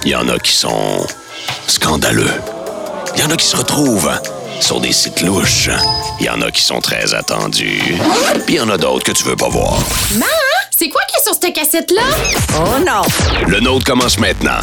Il y en a qui sont scandaleux. Il y en a qui se retrouvent sur des sites louches. Il y en a qui sont très attendus. Puis il y en a d'autres que tu veux pas voir. Maman, c'est quoi qu'il y a sur cette cassette-là? Oh non! Le nôtre commence maintenant.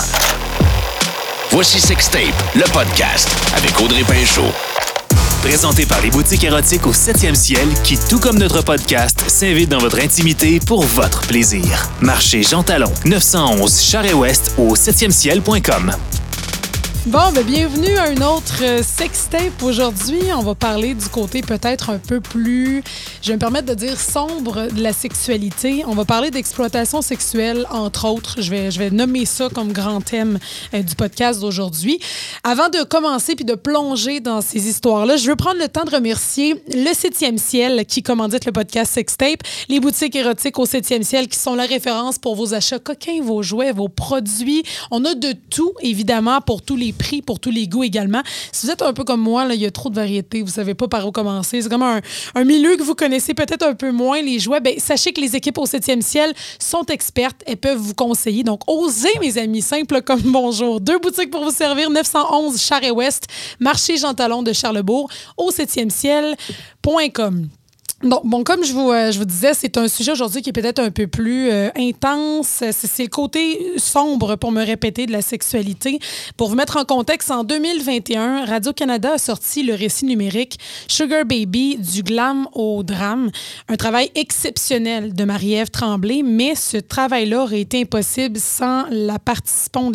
Voici Sextape, le podcast avec Audrey Pinchot. Présenté par les boutiques érotiques au 7e ciel qui, tout comme notre podcast, s'invitent dans votre intimité pour votre plaisir. Marché Jean Talon, 911 Charest-Ouest au 7e-ciel.com. Bon, bienvenue à un autre sextape. Aujourd'hui, on va parler du côté peut-être un peu plus, je vais me permettre de dire sombre de la sexualité. On va parler d'exploitation sexuelle, entre autres. Je vais nommer ça comme grand thème du podcast d'aujourd'hui. Avant de commencer puis de plonger dans ces histoires-là, je veux prendre le temps de remercier le 7e ciel qui commandite le podcast Sextape, les boutiques érotiques au 7e ciel qui sont la référence pour vos achats coquins, vos jouets, vos produits. On a de tout, évidemment, pour tous les prix, pour tous les goûts également. Si vous êtes un peu comme moi, là, il y a trop de variétés, vous savez pas par où commencer. C'est comme un milieu que vous connaissez peut-être un peu moins, les jouets. Sachez que les équipes au 7e ciel sont expertes. Elles peuvent vous conseiller. Donc, osez, mes amis, simple comme bonjour. 2 boutiques pour vous servir, 911 Charest-Ouest, marché Jean Talon de Charlesbourg, au 7e-ciel.com. Bon, comme je vous disais, c'est un sujet aujourd'hui qui est peut-être un peu plus intense. C'est le côté sombre, pour me répéter, de la sexualité. Pour vous mettre en contexte, en 2021, Radio-Canada a sorti le récit numérique Sugar Baby, du glam au drame. Un travail exceptionnel de Marie-Ève Tremblay, mais ce travail-là aurait été impossible sans la participation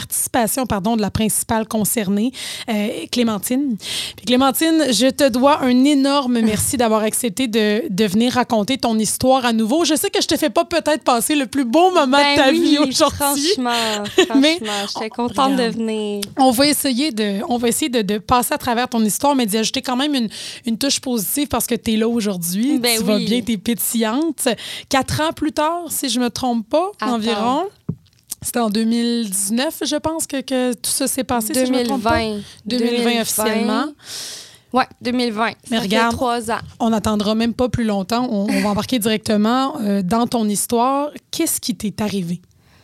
de la principale concernée, Clémentine. Puis Clémentine, je te dois un énorme merci d'avoir accepté de venir raconter ton histoire à nouveau. Je sais que je te fais pas peut-être passer le plus beau moment de ta vie aujourd'hui. Franchement, mais j'étais contente de venir. On va essayer de passer à travers ton histoire, mais d'y ajouter quand même une touche positive parce que tu es là aujourd'hui. Tu vas bien, tu es pétillante. 4 ans plus tard, si je me trompe pas, environ. C'était en 2019, je pense, que tout ça s'est passé, 2020. si je me trompe pas. 2020 officiellement. Oui, 2020. Mais regarde, 3 ans. On n'attendra même pas plus longtemps. On va embarquer directement dans ton histoire. Qu'est-ce qui t'est arrivé?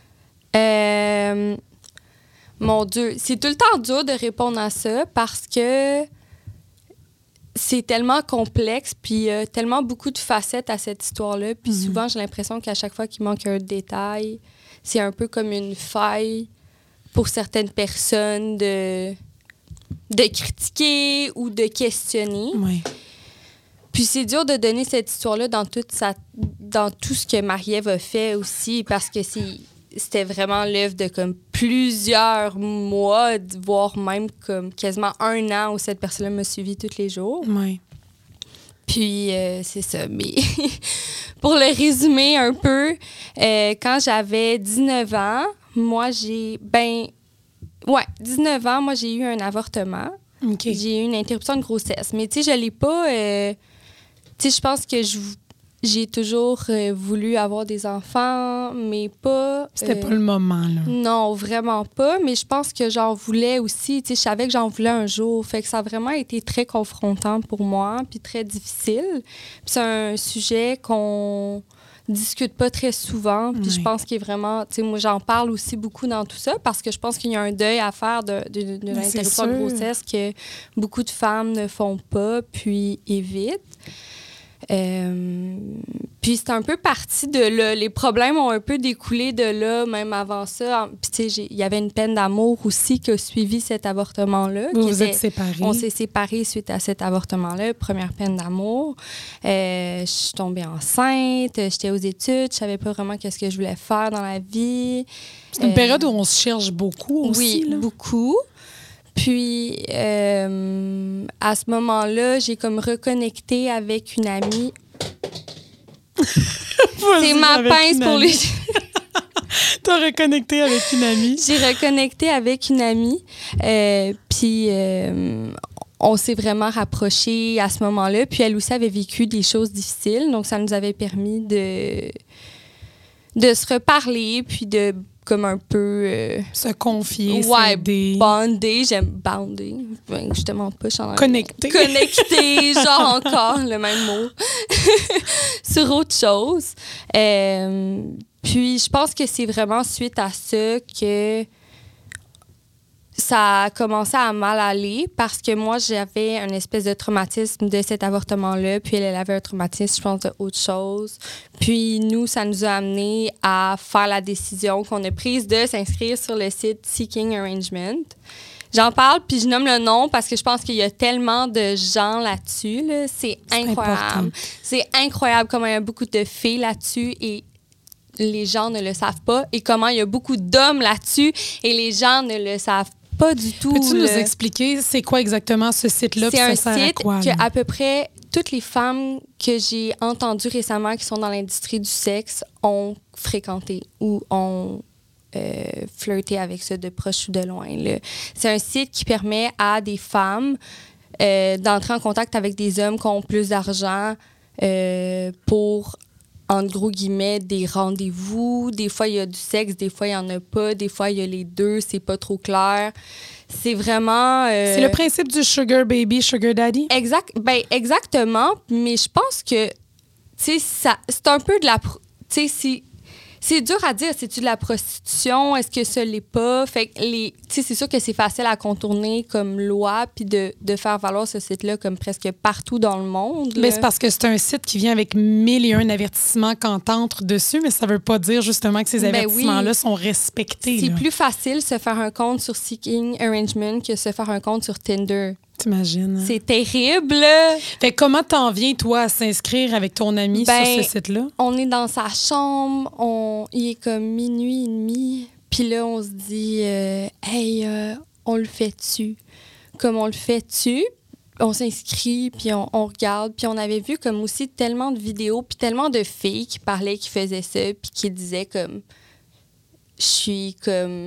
Mon Dieu, c'est tout le temps dur de répondre à ça parce que c'est tellement complexe, puis tellement beaucoup de facettes à cette histoire-là. Puis souvent, j'ai l'impression qu'à chaque fois qu'il manque un détail, c'est un peu comme une faille pour certaines personnes de critiquer ou de questionner. Oui. Puis c'est dur de donner cette histoire-là dans tout ce que Marie-Ève a fait aussi, parce que c'était vraiment l'œuvre de comme plusieurs mois, voire même comme quasiment 1 an où cette personne-là m'a suivie tous les jours. Oui. Puis c'est ça. Mais pour le résumer un peu, quand j'avais 19 ans, moi j'ai... 19 ans, moi, j'ai eu un avortement. Okay. J'ai eu une interruption de grossesse. Mais, tu sais, je l'ai pas... tu sais, je pense que j'ai toujours voulu avoir des enfants, mais pas... C'était pas le moment, là. Non, vraiment pas. Mais je pense que j'en voulais aussi. Tu sais, je savais que j'en voulais un jour. Fait que ça a vraiment été très confrontant pour moi, puis très difficile. Puis c'est un sujet qu'on discute pas très souvent, puis je pense qu'il est vraiment... Tu sais, moi, j'en parle aussi beaucoup dans tout ça parce que je pense qu'il y a un deuil à faire de l'interruption de grossesse que beaucoup de femmes ne font pas, puis évitent. Puis c'est un peu parti de là. Les problèmes ont un peu découlé de là, même avant ça. Puis tu sais, il y avait une peine d'amour aussi qui a suivi cet avortement-là. Vous êtes séparés. On s'est séparés suite à cet avortement-là, première peine d'amour. Je suis tombée enceinte, j'étais aux études, je savais pas vraiment qu'est-ce que je voulais faire dans la vie. C'est une période où on se cherche beaucoup aussi. Oui, là. beaucoup. Puis, à ce moment-là, j'ai comme reconnecté avec une amie. C'est ma pince pour les... T'as reconnecté avec une amie? J'ai reconnecté avec une amie. Puis, on s'est vraiment rapprochés à ce moment-là. Puis, elle aussi avait vécu des choses difficiles. Donc, ça nous avait permis de se reparler, puis de comme un peu... se confier, s'aider. Bonder. J'aime bonder. Ben, justement pas. Connecter. Connecter, genre encore le même mot. Sur autre chose. Puis je pense que c'est vraiment suite à ça que ça a commencé à mal aller parce que moi, j'avais une espèce de traumatisme de cet avortement-là. Puis elle avait un traumatisme, je pense, d'autre chose. Puis nous, ça nous a amené à faire la décision qu'on a prise de s'inscrire sur le site Seeking Arrangement. J'en parle, puis je nomme le nom parce que je pense qu'il y a tellement de gens là-dessus. Là. C'est incroyable. Important. C'est incroyable comment il y a beaucoup de filles là-dessus et les gens ne le savent pas. Et comment il y a beaucoup d'hommes là-dessus et les gens ne le savent pas du tout. Peux-tu nous expliquer c'est quoi exactement ce site-là? C'est un ça sert site à quoi, que à peu près toutes les femmes que j'ai entendues récemment qui sont dans l'industrie du sexe ont fréquenté ou ont flirté avec ça de proche ou de loin. Là. C'est un site qui permet à des femmes d'entrer en contact avec des hommes qui ont plus d'argent pour, entre gros guillemets, des rendez-vous. Des fois, il y a du sexe, des fois, il n'y en a pas. Des fois, il y a les deux, c'est pas trop clair. C'est vraiment... C'est le principe du sugar baby, sugar daddy? Exactement, mais je pense que, tu sais, c'est un peu de la... Tu sais, c'est dur à dire, c'est-tu de la prostitution? Est-ce que ça l'est pas? Fait que c'est sûr que c'est facile à contourner comme loi puis de faire valoir ce site-là comme presque partout dans le monde. Mais c'est parce que c'est un site qui vient avec 1001 avertissements quand t'entres dessus, mais ça veut pas dire justement que ces avertissements-là sont respectés. C'est plus facile se faire un compte sur Seeking Arrangement que se faire un compte sur Tinder. T'imagines? Hein? C'est terrible! Fait que comment t'en viens, toi, à s'inscrire avec ton ami sur ce site-là? On est dans sa chambre, il est comme 00:30, puis là, on se dit hey, on le fait-tu? Comme on le fait-tu? On s'inscrit, puis on regarde, puis on avait vu comme aussi tellement de vidéos, puis tellement de filles qui parlaient, qui faisaient ça, puis qui disaient comme je suis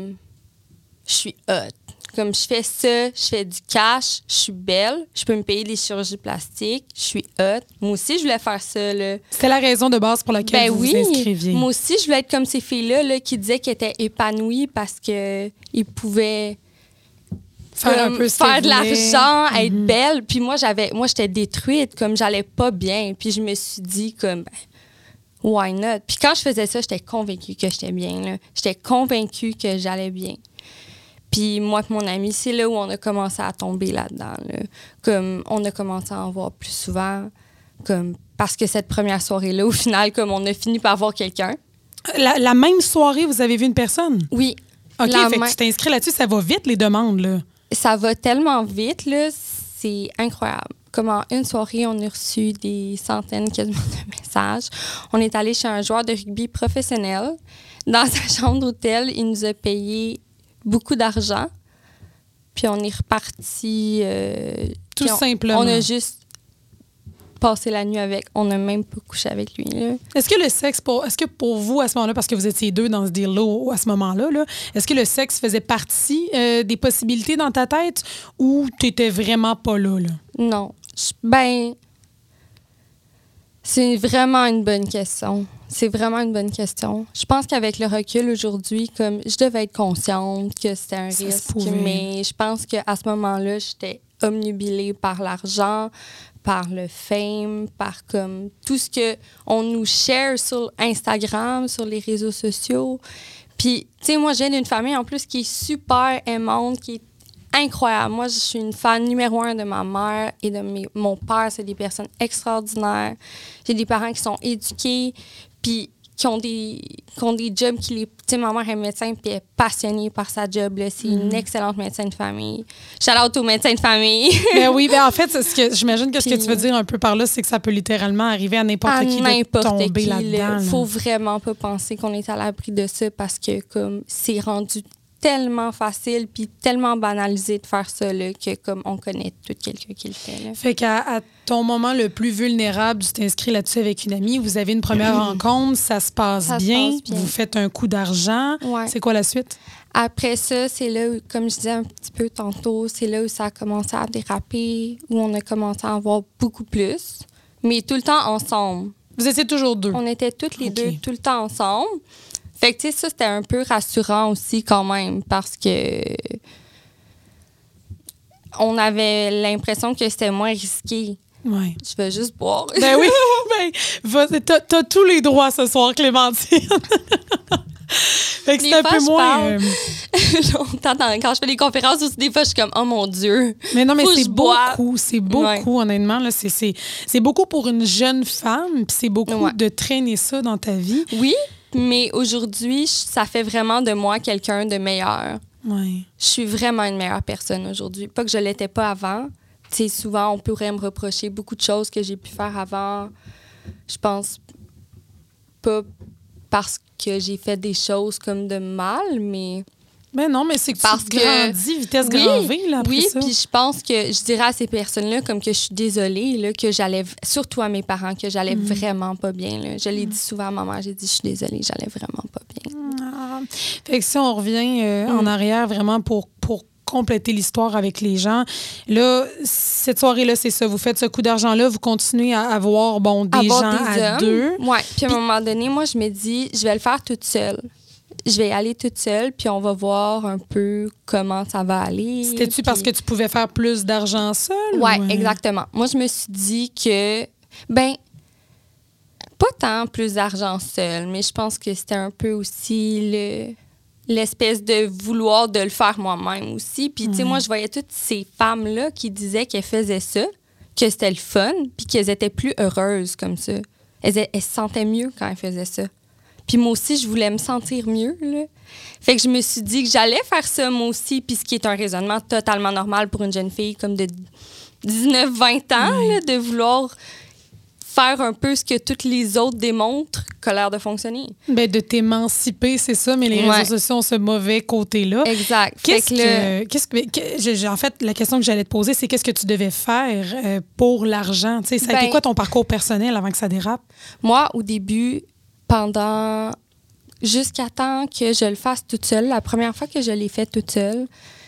hot. Comme je fais ça, je fais du cash, je suis belle, je peux me payer des chirurgies plastiques, je suis hot. Moi aussi, je voulais faire ça. Là. C'était la raison de base pour laquelle vous vous inscriviez. Moi aussi, je voulais être comme ces filles-là là, qui disaient qu'elles étaient épanouies parce qu'ils pouvaient faire de l'argent, être belle. Puis moi, j'étais détruite, comme j'allais pas bien. Puis je me suis dit comme... why not? Puis quand je faisais ça, j'étais convaincue que j'étais bien. Là. J'étais convaincue que j'allais bien. Puis moi et mon ami, c'est là où on a commencé à tomber là-dedans. Là. Comme on a commencé à en voir plus souvent. Comme, parce que cette première soirée-là, au final, comme on a fini par voir quelqu'un. La même soirée, vous avez vu une personne? Oui. OK, fait que tu t'inscris là-dessus, ça va vite, les demandes, là. Ça va tellement vite, là, c'est incroyable. Comme en une soirée, on a reçu des centaines quasiment de messages. On est allé chez un joueur de rugby professionnel. Dans sa chambre d'hôtel, il nous a payé beaucoup d'argent. Puis on est reparti. Tout simplement. On a juste passé la nuit avec. On n'a même pas couché avec lui. Là. Est-ce que pour vous, à ce moment-là, parce que vous étiez deux dans ce deal-là à ce moment-là, là, est-ce que le sexe faisait partie des possibilités dans ta tête ou t'étais vraiment pas là? Non. C'est vraiment une bonne question. C'est vraiment une bonne question. Je pense qu'avec le recul aujourd'hui, comme je devais être consciente que c'était un risque, mais je pense qu'à ce moment-là, j'étais omnubilée par l'argent, par le fame, par comme tout ce qu'on nous share sur Instagram, sur les réseaux sociaux. Puis, tu sais, moi, j'ai une famille en plus qui est super aimante, qui est incroyable. Moi, je suis une fan numéro 1 de ma mère et de mon père. C'est des personnes extraordinaires. J'ai des parents qui sont éduqués, puis qui ont des jobs qui les... Tu sais, ma mère est médecin, puis elle est passionnée par sa job. Là. C'est une excellente médecin de famille. Shout-out aux médecins de famille. Ben oui, ben en fait, j'imagine que ce que tu veux dire un peu par là, c'est que ça peut littéralement arriver à n'importe qui de tomber là-dedans. Il faut vraiment pas penser qu'on est à l'abri de ça parce que comme c'est rendu tellement facile puis tellement banalisé de faire ça là, que comme on connaît tout quelqu'un qui le fait. Là. Fait qu'à ton moment le plus vulnérable, tu t'inscris là-dessus avec une amie, vous avez une première rencontre, ça se passe bien, vous faites un coup d'argent. Ouais. C'est quoi la suite? Après ça, c'est là où, comme je disais un petit peu tantôt, c'est là où ça a commencé à déraper, où on a commencé à en voir beaucoup plus, mais tout le temps ensemble. Vous étiez toujours deux? On était toutes les deux tout le temps ensemble. Fait que, tu sais, ça, c'était un peu rassurant aussi quand même parce que on avait l'impression que c'était moins risqué. Ouais. Je vais juste boire. Ben oui, t'as tous les droits ce soir, Clémentine. Fait que c'est un peu moins... longtemps, quand je fais des conférences aussi, des fois, je suis comme, oh mon Dieu. Mais non, mais c'est beaucoup, honnêtement. Là, c'est beaucoup pour une jeune femme, puis c'est beaucoup de traîner ça dans ta vie. Oui, mais aujourd'hui, ça fait vraiment de moi quelqu'un de meilleur. Ouais. Je suis vraiment une meilleure personne aujourd'hui. Pas que je l'étais pas avant. Tu sais, souvent, on pourrait me reprocher beaucoup de choses que j'ai pu faire avant. Je pense pas parce que j'ai fait des choses comme de mal, mais... Ben non, mais c'est que tu grandis, vitesse grand V, là, après ça. Oui, puis je pense que je dirais à ces personnes-là comme que je suis désolée, là, que j'allais, surtout à mes parents, que j'allais vraiment pas bien. Là. Je l'ai dit souvent à maman, j'ai dit je suis désolée, j'allais vraiment pas bien. Fait que si on revient en arrière vraiment pour compléter l'histoire avec les gens, là, cette soirée-là, c'est ça. Vous faites ce coup d'argent-là, vous continuez à avoir des gens à deux. Oui, puis à un moment donné, moi, je me dis, je vais le faire toute seule. Je vais y aller toute seule, puis on va voir un peu comment ça va aller. C'était-tu parce que tu pouvais faire plus d'argent seule? Oui, exactement. Moi, je me suis dit que, pas tant plus d'argent seule, mais je pense que c'était un peu aussi l'espèce de vouloir de le faire moi-même aussi. Puis, tu sais, moi, je voyais toutes ces femmes-là qui disaient qu'elles faisaient ça, que c'était le fun, puis qu'elles étaient plus heureuses comme ça. Elles se sentaient mieux quand elles faisaient ça. Puis moi aussi, je voulais me sentir mieux, là. Fait que je me suis dit que j'allais faire ça, moi aussi, puis ce qui est un raisonnement totalement normal pour une jeune fille comme de 19-20 ans, là, de vouloir faire un peu ce que toutes les autres démontrent qu'a l'air de fonctionner. Ben, de t'émanciper, c'est ça, mais les réseaux sociaux ont ce mauvais côté-là. Exact. En fait, la question que j'allais te poser, c'est qu'est-ce que tu devais faire pour l'argent? Tu sais, ça a été quoi ton parcours personnel avant que ça dérape? Moi, au début, jusqu'à temps que je le fasse toute seule, la première fois que je l'ai fait toute seule,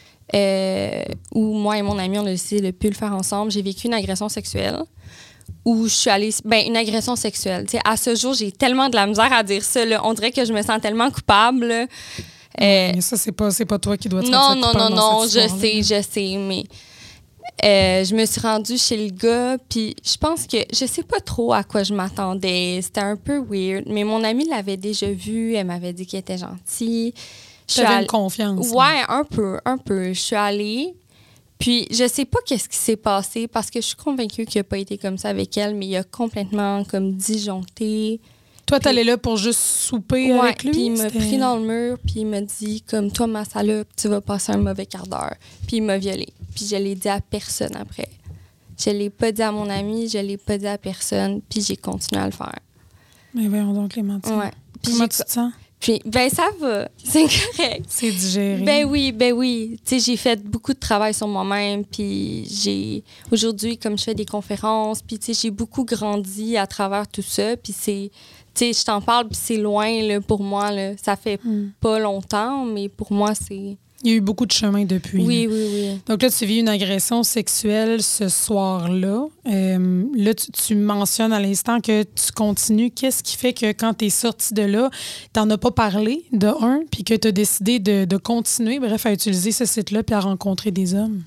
où moi et mon ami, on a décidé de ne plus le faire ensemble, j'ai vécu une agression sexuelle. Où je suis allée... une agression sexuelle. T'sais, à ce jour, j'ai tellement de la misère à dire ça. Là. On dirait que je me sens tellement coupable. Mais ça, c'est pas toi qui dois te sentir coupable. Non, je sais, mais... je me suis rendue chez le gars, puis je pense que... Je sais pas trop à quoi je m'attendais. C'était un peu weird, mais mon amie l'avait déjà vu. Elle m'avait dit qu'il était gentil. J'avais une confiance. Ouais, un peu. Je suis allée... Puis, je sais pas qu'est-ce qui s'est passé parce que je suis convaincue qu'il n'a pas été comme ça avec elle, mais il a complètement comme disjoncté. Toi, t'allais là pour juste souper avec lui? Puis il m'a pris dans le mur, puis il m'a dit comme toi, ma salope, tu vas passer un mauvais quart d'heure. Puis il m'a violée. Puis je l'ai dit à personne après. Je l'ai pas dit à mon ami, je l'ai pas dit à personne, puis j'ai continué à le faire. Mais voyons donc, Clémentine. Ouais. Puis comment tu te sens? Puis, ça va. C'est correct. C'est digéré. Ben oui. Tu sais, j'ai fait beaucoup de travail sur moi-même. Puis aujourd'hui, comme je fais des conférences, puis tu sais, j'ai beaucoup grandi à travers tout ça. Puis c'est... Tu sais, je t'en parle, puis c'est loin, là, pour moi, là. Ça fait pas longtemps, mais pour moi, c'est... Il y a eu beaucoup de chemin depuis. Oui. Donc là, tu vis une agression sexuelle ce soir-là. Là, tu mentionnes à l'instant que tu continues. Qu'est-ce qui fait que quand tu es sortie de là, tu n'en as pas parlé, de un, puis que tu as décidé de continuer, bref, à utiliser ce site-là puis à rencontrer des hommes?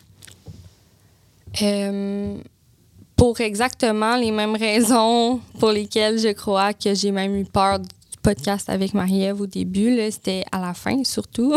Pour exactement les mêmes raisons pour lesquelles je crois que j'ai même eu peur du podcast avec Marie-Ève au début. Là, c'était à la fin, surtout.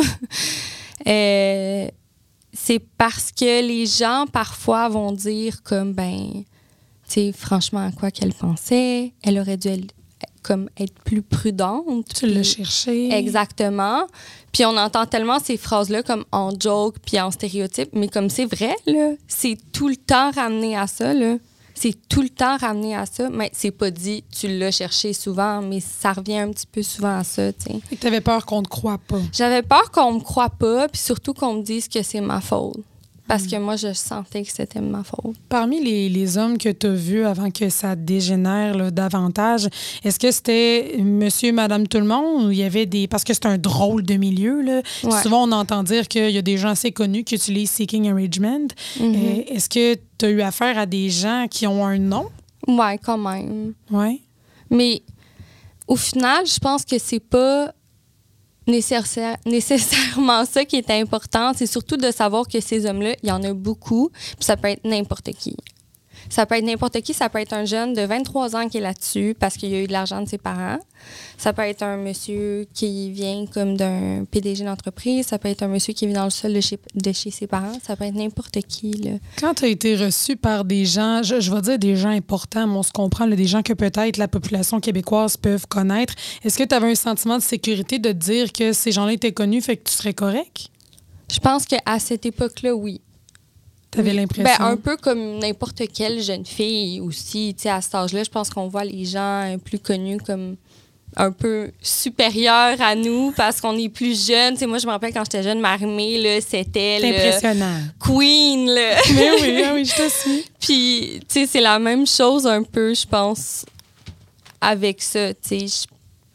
C'est parce que les gens, parfois, vont dire comme, tu sais, franchement, à quoi qu'elle pensait, elle aurait dû être plus prudente. Tu l'as cherché. Exactement. Puis on entend tellement ces phrases-là comme en joke puis en stéréotype, mais comme c'est vrai, là, c'est tout le temps ramené à ça, là. C'est tout le temps ramené à ça, mais c'est pas dit, tu l'as cherché souvent, mais ça revient un petit peu souvent à ça, tu sais. Et t'avais peur qu'on te croie pas. J'avais peur qu'on me croie pas, puis surtout qu'on me dise que c'est ma faute. Parce que moi, je sentais que c'était ma faute. Parmi les hommes que tu as vus avant que ça dégénère là, davantage, est-ce que c'était monsieur, madame, tout le monde ou il y avait des... Parce que c'est un drôle de milieu, là. Ouais. Souvent, on entend dire qu'il y a des gens assez connus qui utilisent Seeking Arrangement. Est-ce que tu as eu affaire à des gens qui ont un nom? Oui, quand même. Oui. Mais au final, je pense que c'est pas... nécessairement ça qui est important, c'est surtout de savoir que ces hommes-là, il y en a beaucoup, puis ça peut être n'importe qui. Ça peut être n'importe qui. Ça peut être un jeune de 23 ans qui est là-dessus parce qu'il a eu de l'argent de ses parents. Ça peut être un monsieur qui vient comme d'un PDG d'entreprise. Ça peut être un monsieur qui vit dans le sol de chez ses parents. Ça peut être n'importe qui. Là. Quand tu as été reçu par des gens, je vais dire des gens importants, mais on se comprend, là, des gens que peut-être la population québécoise peuvent connaître, est-ce que tu avais un sentiment de sécurité de te dire que ces gens-là étaient connus, fait que tu serais correct? Je pense qu'à cette époque-là, oui. T'avais l'impression? Ben, un peu comme n'importe quelle jeune fille aussi. Tu sais, à cet âge-là, je pense qu'on voit les gens plus connus comme un peu supérieurs à nous parce qu'on est plus jeunes. Tu sais, moi, je me rappelle quand j'étais jeune, Marie-Mé, là, c'était c'est impressionnant. Queen, là. Mais oui, je te suis. Puis, tu sais, c'est la même chose un peu, je pense, avec ça. Tu sais,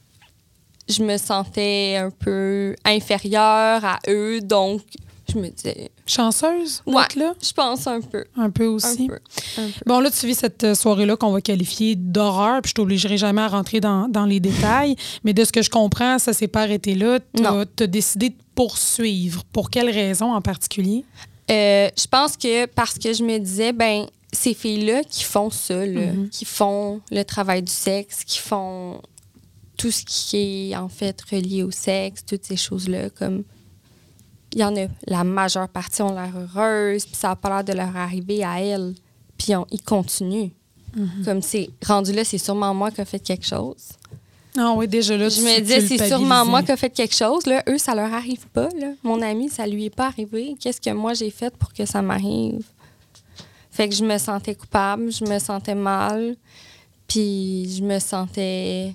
je me sentais un peu inférieure à eux, donc je me disais... Chanceuse, ouais, là? Je pense un peu. Un peu aussi. Un peu. Bon, là, tu vis cette soirée-là qu'on va qualifier d'horreur, puis je t'obligerai jamais à rentrer dans les détails, mais de ce que je comprends, ça s'est pas arrêté là. T'as décidé de poursuivre. Pour quelle raison en particulier? Je pense que parce que je me disais, ben ces filles-là qui font ça, là, qui font le travail du sexe, qui font tout ce qui est, en fait, relié au sexe, toutes ces choses-là, comme... Il y en a, la majeure partie ont l'air heureuses, puis ça n'a pas l'air de leur arriver à elles. Puis ils continuent. Comme c'est rendu là, c'est sûrement moi qui ai fait quelque chose. Ah oui, déjà là, je me disais, c'est sûrement moi qui ai fait quelque chose. Là. Eux, ça leur arrive pas. Là. Mon ami, ça lui est pas arrivé. Qu'est-ce que moi j'ai fait pour que ça m'arrive? Fait que je me sentais coupable, je me sentais mal, puis je me sentais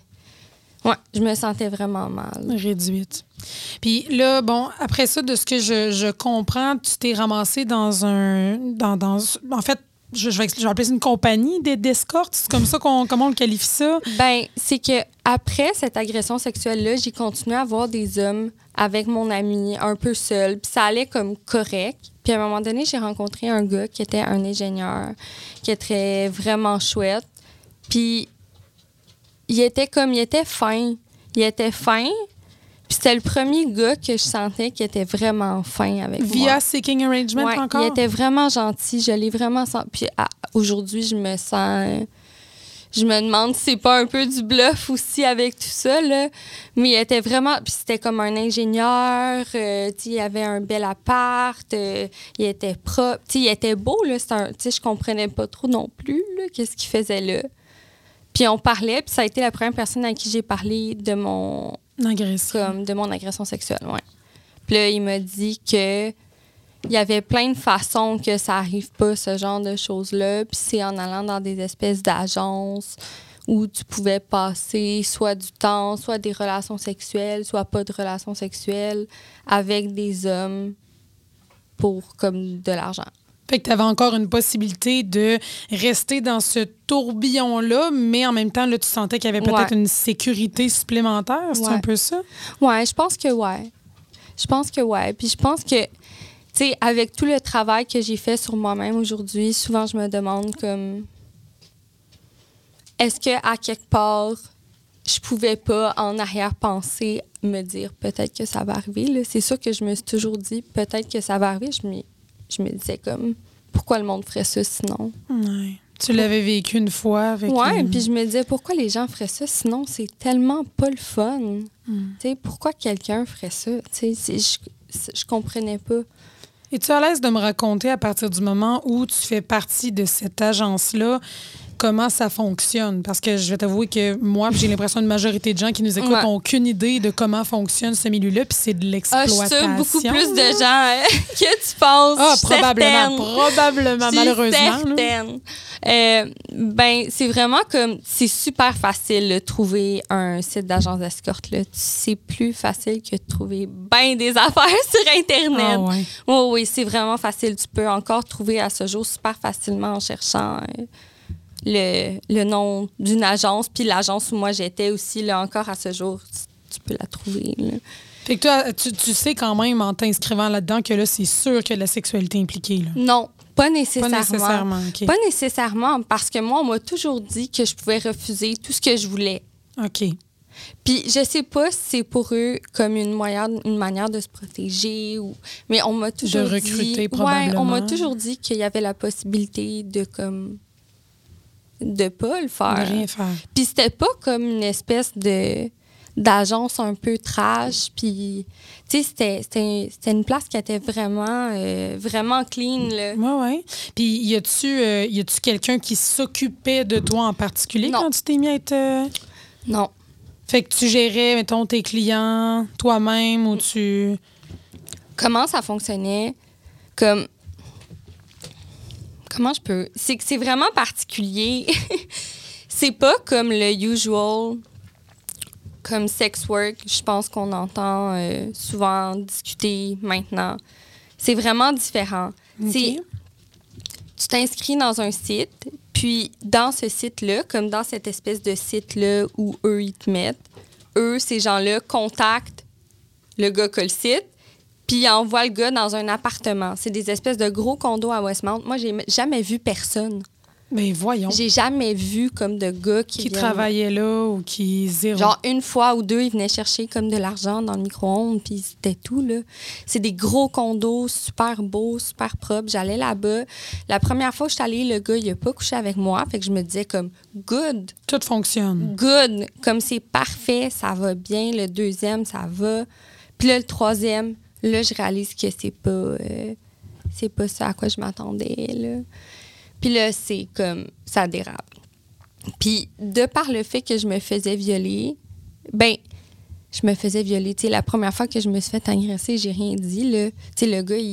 vraiment mal. Réduite. Puis là, bon, après ça, de ce que je comprends, tu t'es ramassée dans en fait, je vais appeler ça une compagnie d'escorte. C'est comme ça comment on le qualifie ça? Ben, c'est que après cette agression sexuelle-là, j'ai continué à voir des hommes avec mon ami, un peu seul. Puis ça allait comme correct. Puis à un moment donné, j'ai rencontré un gars qui était un ingénieur, qui était vraiment chouette. Puis il était fin. Il était fin. Puis c'était le premier gars que je sentais qui était vraiment fin avec moi. Via Seeking Arrangement encore? Il était vraiment gentil. Je l'ai vraiment senti. Puis aujourd'hui, je me sens... Je me demande si c'est pas un peu du bluff aussi avec tout ça, là. Mais il était vraiment... Puis c'était comme un ingénieur. Il avait un bel appart. Il était propre. Il était beau, là. Je comprenais pas trop non plus, là, qu'est-ce qu'il faisait là. Puis on parlait, puis ça a été la première personne à qui j'ai parlé de mon agression sexuelle, ouais. Puis là, il m'a dit que il y avait plein de façons que ça arrive pas, ce genre de choses-là. Puis c'est en allant dans des espèces d'agences où tu pouvais passer soit du temps, soit des relations sexuelles, soit pas de relations sexuelles avec des hommes pour comme de l'argent. Fait que tu avais encore une possibilité de rester dans ce tourbillon-là, mais en même temps, là, tu sentais qu'il y avait peut-être une sécurité supplémentaire. C'est un peu ça? Oui, je pense que oui. Puis je pense que, tu sais, avec tout le travail que j'ai fait sur moi-même aujourd'hui, souvent, je me demande comme... Est-ce qu'à quelque part, je pouvais pas, en arrière-pensée, me dire peut-être que ça va arriver? Là. C'est sûr que je me suis toujours dit peut-être que ça va arriver. Je me disais comme, pourquoi le monde ferait ça sinon? Ouais. Tu l'avais vécu une fois avec... Oui, puis je me disais, pourquoi les gens feraient ça sinon? C'est tellement pas le fun. Pourquoi quelqu'un ferait ça? Je comprenais pas. Es-tu à l'aise de me raconter à partir du moment où tu fais partie de cette agence-là, comment ça fonctionne? Parce que je vais t'avouer que moi, j'ai l'impression qu'une majorité de gens qui nous écoutent n'ont aucune idée de comment fonctionne ce milieu-là, puis c'est de l'exploitation. Je suis sûre beaucoup plus de gens que tu penses. Ah, probablement, malheureusement. Certaine. C'est vraiment comme... C'est super facile de trouver un site d'agence d'escorte. Là. C'est plus facile que de trouver bien des affaires sur Internet. Ah, ouais. Oui, c'est vraiment facile. Tu peux encore trouver à ce jour super facilement en cherchant... Le nom d'une agence, puis l'agence où moi j'étais aussi, là, encore à ce jour, tu peux la trouver. Là. Fait que toi, tu sais quand même, en t'inscrivant là-dedans, que là, c'est sûr que la sexualité est impliquée. Là. Non, pas nécessairement. Pas nécessairement, OK. Pas nécessairement, parce que moi, on m'a toujours dit que je pouvais refuser tout ce que je voulais. OK. Puis je sais pas si c'est pour eux comme une manière de se protéger, mais on m'a toujours dit... De recruter, probablement. Ouais, on m'a toujours dit qu'il y avait la possibilité de, comme... de pas le faire. De rien faire. Puis c'était pas comme une espèce d'agence un peu trash. Puis, tu sais, c'était une place qui était vraiment, vraiment clean, là. Oui. Puis y a-tu quelqu'un qui s'occupait de toi en particulier Non. quand tu t'es mis à être... Non. Fait que tu gérais, mettons, tes clients toi-même ou tu... Comment ça fonctionnait? Comme... Comment je peux... C'est que c'est vraiment particulier. C'est pas comme le usual, comme sex work, je pense qu'on entend souvent discuter maintenant. C'est vraiment différent. Okay. Tu t'inscris dans un site, puis dans ce site-là, comme dans cette espèce de site-là où eux, ils te mettent, eux, ces gens-là, contactent le gars qui a le site, puis ils envoient le gars dans un appartement. C'est des espèces de gros condos à Westmount. Moi, j'ai jamais vu personne. Ben voyons. J'ai jamais vu comme de gars qui travaillaient là ou qui zéro. Genre une fois ou deux, ils venaient chercher comme de l'argent dans le micro-ondes, puis c'était tout, là. C'est des gros condos, super beaux, super propres. J'allais là-bas. La première fois que je suis allée, le gars, il a pas couché avec moi, fait que je me disais comme « good ». Tout fonctionne. Good. Comme c'est parfait, ça va bien. Le deuxième, ça va. Puis là, le troisième, là, je réalise que c'est pas ça à quoi je m'attendais, là. Puis là, c'est comme, ça dérape. Puis, de par le fait que je me faisais violer, je me faisais violer. Tu sais, la première fois que je me suis fait agresser, j'ai rien dit, là. Tu sais, le gars,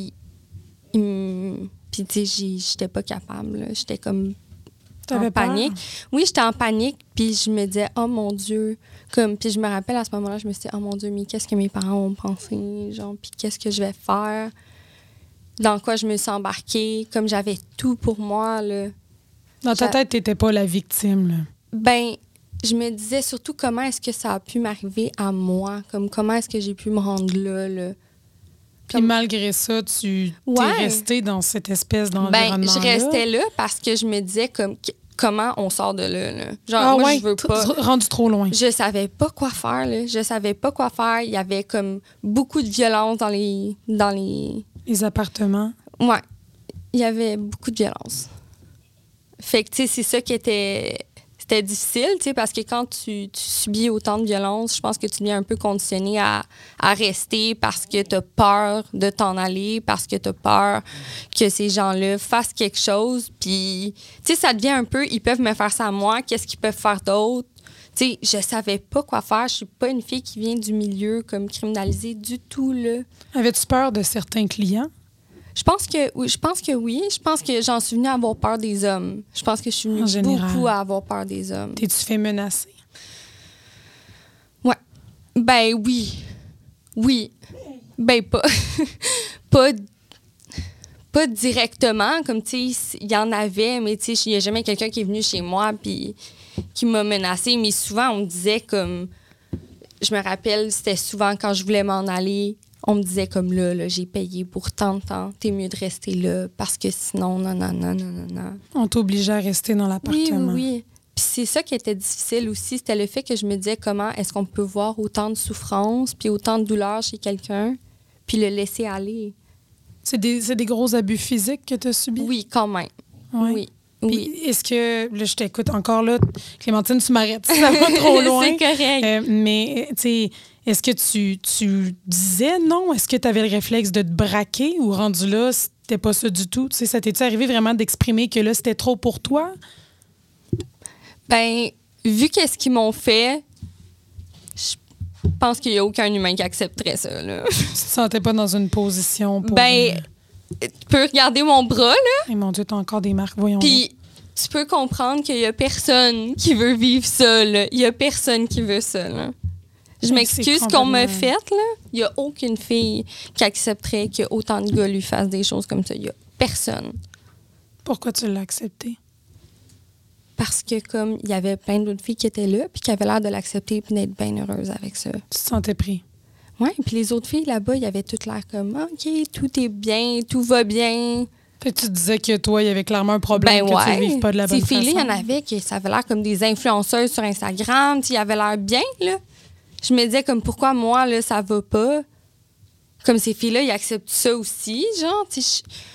puis, tu sais, j'étais pas capable, là. J'étais comme en panique. Oui, j'étais en panique, puis je me disais, oh mon Dieu. Puis je me rappelle à ce moment-là, je me suis dit, oh mon Dieu, mais qu'est-ce que mes parents vont penser, genre, puis qu'est-ce que je vais faire? Dans quoi je me suis embarquée, comme j'avais tout pour moi, là. Dans ta tête, t'étais pas la victime, là. Ben, je me disais surtout comment est-ce que ça a pu m'arriver à moi, comme comment est-ce que j'ai pu me rendre là, là. Puis malgré ça, tu t'es restée dans cette espèce d'environnement-là. Ben, je restais là parce que je me disais comme comment on sort de là. Genre, moi, je veux pas... Rendu trop loin. Je savais pas quoi faire, là. Je savais pas quoi faire. Il y avait comme beaucoup de violence dans les... Les appartements. Ouais. Il y avait beaucoup de violence. Fait que, tu sais, c'est ça qui était... C'était difficile, tu sais, parce que quand tu subis autant de violence, je pense que tu deviens un peu conditionné à rester parce que tu as peur de t'en aller, parce que tu as peur que ces gens-là fassent quelque chose. Puis, tu sais, ça devient un peu, ils peuvent me faire ça à moi, qu'est-ce qu'ils peuvent faire d'autre? Tu sais, je savais pas quoi faire. Je suis pas une fille qui vient du milieu comme criminalisée du tout, là. Avais-tu peur de certains clients? Je pense que oui. Je pense que j'en suis venue à avoir peur des hommes. Je pense que je suis venue beaucoup à avoir peur des hommes. T'es-tu fait menacer? Ouais. Ben oui. Oui. Ben pas... pas directement, comme, tu sais, il y en avait, mais, tu sais, il n'y a jamais quelqu'un qui est venu chez moi puis qui m'a menacée. Mais souvent, on me disait comme... Je me rappelle, c'était souvent quand je voulais m'en aller... On me disait comme là, j'ai payé pour tant de temps, t'es mieux de rester là parce que sinon, non. On t'obligeait à rester dans l'appartement. Oui. Puis c'est ça qui était difficile aussi, c'était le fait que je me disais comment est-ce qu'on peut voir autant de souffrance puis autant de douleur chez quelqu'un puis le laisser aller. C'est des gros abus physiques que tu as subis? Oui, quand même. Oui. Puis est-ce que, là, je t'écoute encore là, Clémentine, tu m'arrêtes, ça va trop loin. C'est correct. Mais, tu sais, est-ce que tu disais non? Est-ce que tu avais le réflexe de te braquer ou rendu là, c'était pas ça du tout? Tu sais, ça t'est-tu arrivé vraiment d'exprimer que là, c'était trop pour toi? Ben, vu qu'est-ce qu'ils m'ont fait, je pense qu'il n'y a aucun humain qui accepterait ça, là. Tu te sentais pas dans une position pour... Ben, tu peux regarder mon bras, là. Et mon Dieu, t'as encore des marques, voyons. Puis, tu peux comprendre qu'il y a personne qui veut vivre ça, là. Il y a personne qui veut ça, là. Je m'excuse qu'on m'a fait, là. Il n'y a aucune fille qui accepterait que autant de gars lui fassent des choses comme ça. Il n'y a personne. Pourquoi tu l'as accepté? Parce que, comme, il y avait plein d'autres filles qui étaient là, puis qui avaient l'air de l'accepter et d'être bien heureuses avec ça. Tu te sentais pris? Oui, puis les autres filles là-bas, il y avait toutes l'air comme « OK, tout est bien, tout va bien ». Fait que tu disais que toi, il y avait clairement un problème que tu ne vives pas de la bonne façon. Ces filles-là, il y en avait qui ça avait l'air comme des influenceuses sur Instagram. Ils avaient l'air bien, là. Je me disais comme pourquoi moi, là, ça va pas. Comme ces filles-là, ils acceptent ça aussi, genre.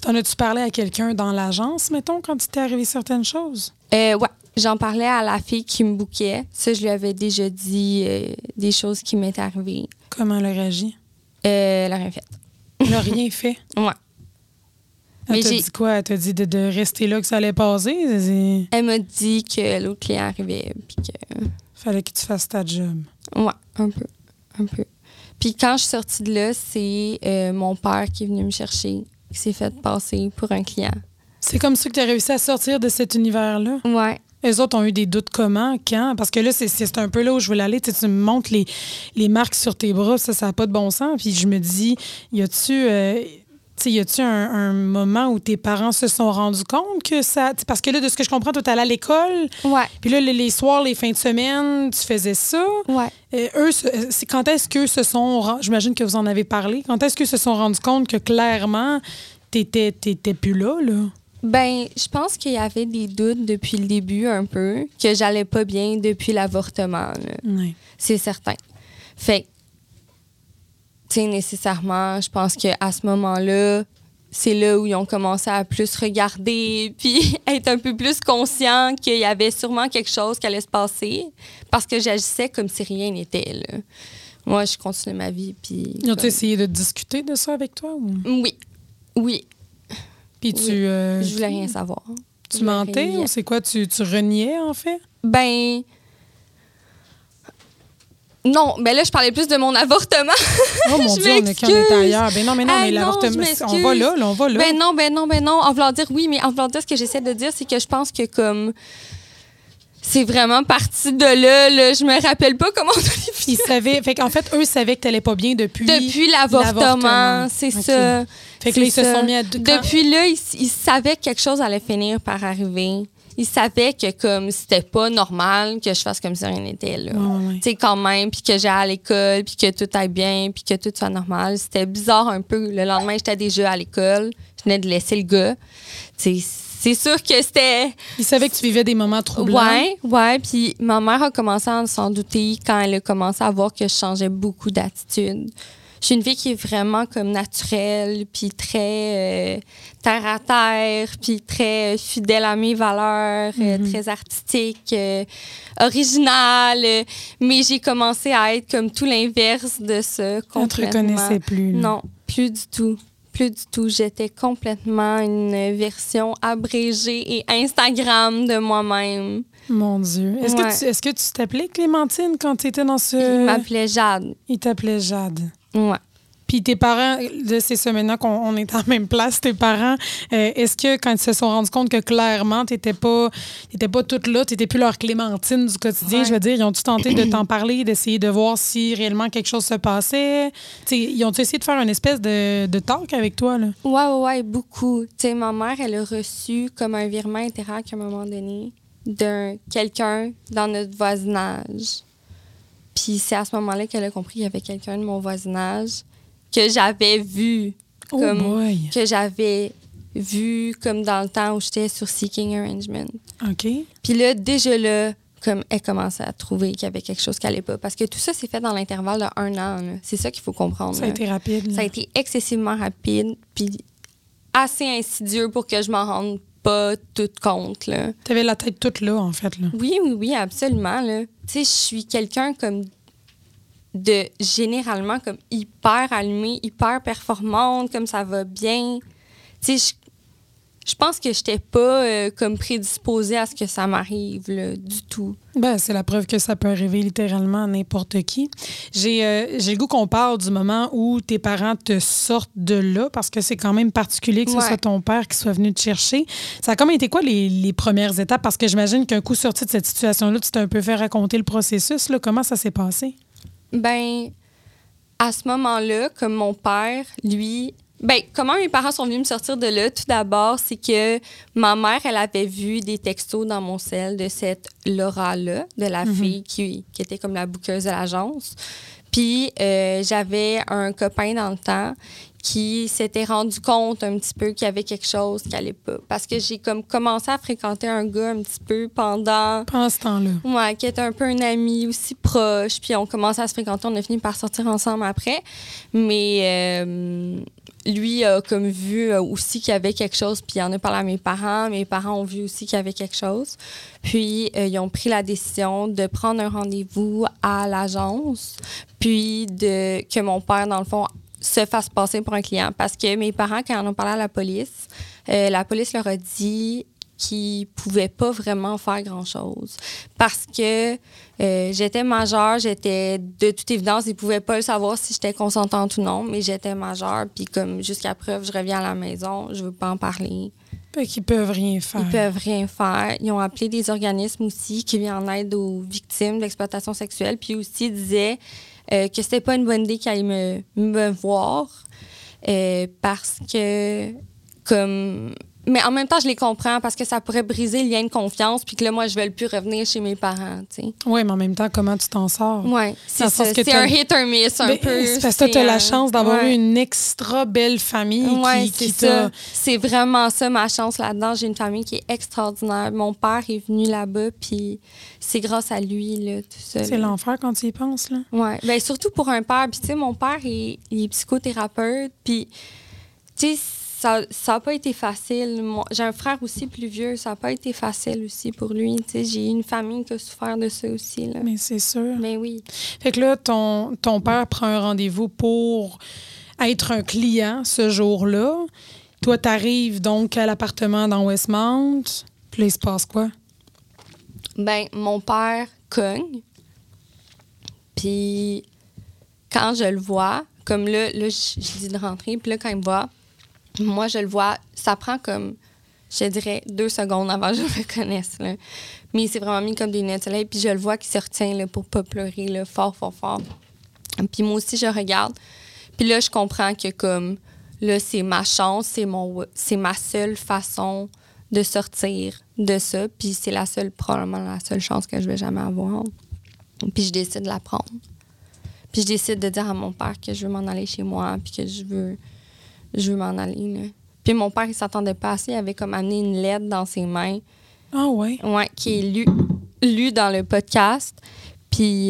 T'en as-tu parlé à quelqu'un dans l'agence, mettons, quand il t'est arrivé certaines choses? Ouais. J'en parlais à la fille qui me bookait. Ça, je lui avais déjà dit des choses qui m'étaient arrivées. Comment elle a réagi? Elle a rien fait. Elle n'a rien fait? Ouais. Elle t'a dit quoi? Elle t'a dit de rester là, que ça allait passer? Elle m'a dit que l'autre client arrivait, puis que... Fallait que tu fasses ta job. Ouais, un peu. Puis quand je suis sortie de là, c'est mon père qui est venu me chercher, qui s'est fait passer pour un client. C'est comme ça que tu as réussi à sortir de cet univers-là? Ouais. Les autres ont eu des doutes comment, quand? Parce que là, c'est un peu là où je voulais aller. Tu me montres les marques sur tes bras, ça n'a pas de bon sens. Puis je me dis, y a-tu un moment où tes parents se sont rendus compte que ça... Parce que là, de ce que je comprends, toi, t'allais à l'école. Ouais. Puis là, les soirs, les fins de semaine, tu faisais ça. Ouais. Quand est-ce qu'eux se sont... J'imagine que vous en avez parlé. Quand est-ce qu'ils se sont rendus compte que clairement, t'étais plus là? Ben, je pense qu'il y avait des doutes depuis le début un peu, que j'allais pas bien depuis l'avortement. Oui. C'est certain. Fait tu sais, nécessairement, je pense qu'à ce moment-là, c'est là où ils ont commencé à plus regarder puis être un peu plus conscients qu'il y avait sûrement quelque chose qui allait se passer parce que j'agissais comme si rien n'était, là. Moi, je continuais ma vie, puis... Ils ont-tu essayé de discuter de ça avec toi? Ou? Oui. Puis Je voulais rien savoir. Tu mentais ou c'est quoi? Tu reniais, en fait? Ben... Non, ben là, je parlais plus de mon avortement. Oh mon Dieu, on est ailleurs. Ben non, mais l'avortement, on va là. Ben non. En voulant dire oui, mais en voulant dire ce que j'essaie de dire, c'est que je pense que comme... C'est vraiment parti de là. Je me rappelle pas comment on a Ils savaient... Fait qu'en fait, eux savaient que t'allais pas bien depuis l'avortement. C'est ça. Fait que là, ils se sont mis à... Depuis là, ils savaient que quelque chose allait finir par arriver. Ils savaient que comme c'était pas normal que je fasse comme si rien n'était, là. Ouais. Tu sais, quand même, puis que j'aille à l'école, puis que tout aille bien, puis que tout soit normal. C'était bizarre un peu. Le lendemain, j'étais déjà à l'école. Je venais de laisser le gars. Tu sais, c'est sûr que c'était... Ils savaient que tu vivais des moments troublants. Ouais. Puis ma mère a commencé à s'en douter quand elle a commencé à voir que je changeais beaucoup d'attitude. Je suis une fille qui est vraiment comme naturelle, puis très terre à terre, puis très fidèle à mes valeurs, très artistique, originale. Mais j'ai commencé à être comme tout l'inverse de ça. On te reconnaissait plus. Là. Non, plus du tout. J'étais complètement une version abrégée et Instagram de moi-même. Mon Dieu. Est-ce que tu t'appelais Clémentine quand tu étais dans ce... Il m'appelait Jade. Il t'appelait Jade. Ouais. Puis tes parents, c'est ça maintenant qu'on est en même place, tes parents, est-ce que quand ils se sont rendus compte que clairement t'étais pas toute là, t'étais plus leur Clémentine du quotidien, je veux dire, ils ont-tu tenté de t'en parler, d'essayer de voir si réellement quelque chose se passait? T'sais, ils ont-tu essayé de faire une espèce de talk avec toi, là? Ouais, beaucoup. Tu sais, ma mère, elle a reçu comme un virement Interac à un moment donné d'un quelqu'un dans notre voisinage. Puis c'est à ce moment-là qu'elle a compris qu'il y avait quelqu'un de mon voisinage que j'avais vu. Que j'avais vu comme dans le temps où j'étais sur Seeking Arrangement. OK. Puis là, déjà là, comme elle commençait à trouver qu'il y avait quelque chose qui n'allait pas. Parce que tout ça s'est fait dans l'intervalle de 1 an. Là. C'est ça qu'il faut comprendre. Ça a été rapide. Là. Ça a été excessivement rapide, puis assez insidieux pour que je m'en rende pas toute compte. Là. T'avais la tête toute là, en fait. Là. Oui, absolument. Là. Tu sais, je suis quelqu'un comme de généralement comme hyper allumée, hyper performante, comme ça va bien. Tu sais, je pense que j'étais pas comme prédisposée à ce que ça m'arrive, là, du tout. Ben, c'est la preuve que ça peut arriver littéralement à n'importe qui. J'ai le goût qu'on parle du moment où tes parents te sortent de là, parce que c'est quand même particulier que ce soit ton père qui soit venu te chercher. Ça a comme été quoi les premières étapes? Parce que j'imagine qu'un coup sorti de cette situation-là, tu t'es un peu fait raconter le processus. Là. Comment ça s'est passé? Ben, à ce moment-là, comme mon père, lui... Ben, comment mes parents sont venus me sortir de là? Tout d'abord, c'est que ma mère, elle avait vu des textos dans mon cell de cette Laura-là, de la fille qui était comme la bookeuse de l'agence. Puis, j'avais un copain dans le temps qui s'était rendu compte un petit peu qu'il y avait quelque chose qui allait pas. Parce que j'ai comme commencé à fréquenter un gars un petit peu pendant ce temps-là. Ouais, qui était un peu un ami aussi proche. Puis on commençait à se fréquenter, on a fini par sortir ensemble après. Mais lui a comme vu aussi qu'il y avait quelque chose, puis il en a parlé à mes parents. Mes parents ont vu aussi qu'il y avait quelque chose. Puis ils ont pris la décision de prendre un rendez-vous à l'agence, puis que mon père, dans le fond, se fasse passer pour un client. Parce que mes parents, quand ils en ont parlé à la police leur a dit qu'ils ne pouvaient pas vraiment faire grand-chose. Parce que j'étais majeure, de toute évidence, ils ne pouvaient pas le savoir si j'étais consentante ou non, mais j'étais majeure, puis comme jusqu'à preuve, je reviens à la maison, je ne veux pas en parler. Fait qu'ils peuvent rien faire. Ils peuvent rien faire. Ils ont appelé des organismes aussi qui viennent en aide aux victimes d'exploitation sexuelle, puis aussi ils disaient que c'était pas une bonne idée qu'ils aillent me voir parce que, comme... Mais en même temps, je les comprends parce que ça pourrait briser le lien de confiance puis que là, moi, je ne veux plus revenir chez mes parents, tu sais. Oui, mais en même temps, comment tu t'en sors? Oui, c'est ça. C'est un hit or miss un peu. C'est parce que tu as la chance d'avoir eu une extra belle famille qui t'a... C'est vraiment ça, ma chance là-dedans. J'ai une famille qui est extraordinaire. Mon père est venu là-bas puis c'est grâce à lui, là, tout ça. C'est l'enfer quand tu y penses, là. Oui, bien surtout pour un père. Puis tu sais, mon père, il est psychothérapeute puis tu sais, ça n'a pas été facile. J'ai un frère aussi plus vieux. Ça n'a pas été facile aussi pour lui. T'sais, j'ai une famille qui a souffert de ça aussi. Là. Mais c'est sûr. Mais oui. Fait que là, ton père prend un rendez-vous pour être un client ce jour-là. Toi, tu arrives donc à l'appartement dans Westmount. Puis là, il se passe quoi? Ben, mon père cogne. Puis quand je le vois, comme là je dis de rentrer. Puis là, quand il me voit, moi, je le vois, ça prend comme, je dirais, 2 secondes avant que je le reconnaisse. Là. Mais il s'est vraiment mis comme des lunettes de soleil, puis je le vois qu'il se retient là, pour pas pleurer, là, fort, fort, fort. Puis moi aussi, je regarde. Puis là, je comprends que comme, là, c'est ma chance, c'est ma seule façon de sortir de ça. Puis c'est probablement la seule chance que je vais jamais avoir. Puis je décide de la prendre. Puis je décide de dire à mon père que je veux m'en aller chez moi, puis que je veux m'en aller, là. Puis mon père, il s'attendait pas assez. Il avait comme amené une lettre dans ses mains. Ah ouais? Ouais, qui est lue dans le podcast. Puis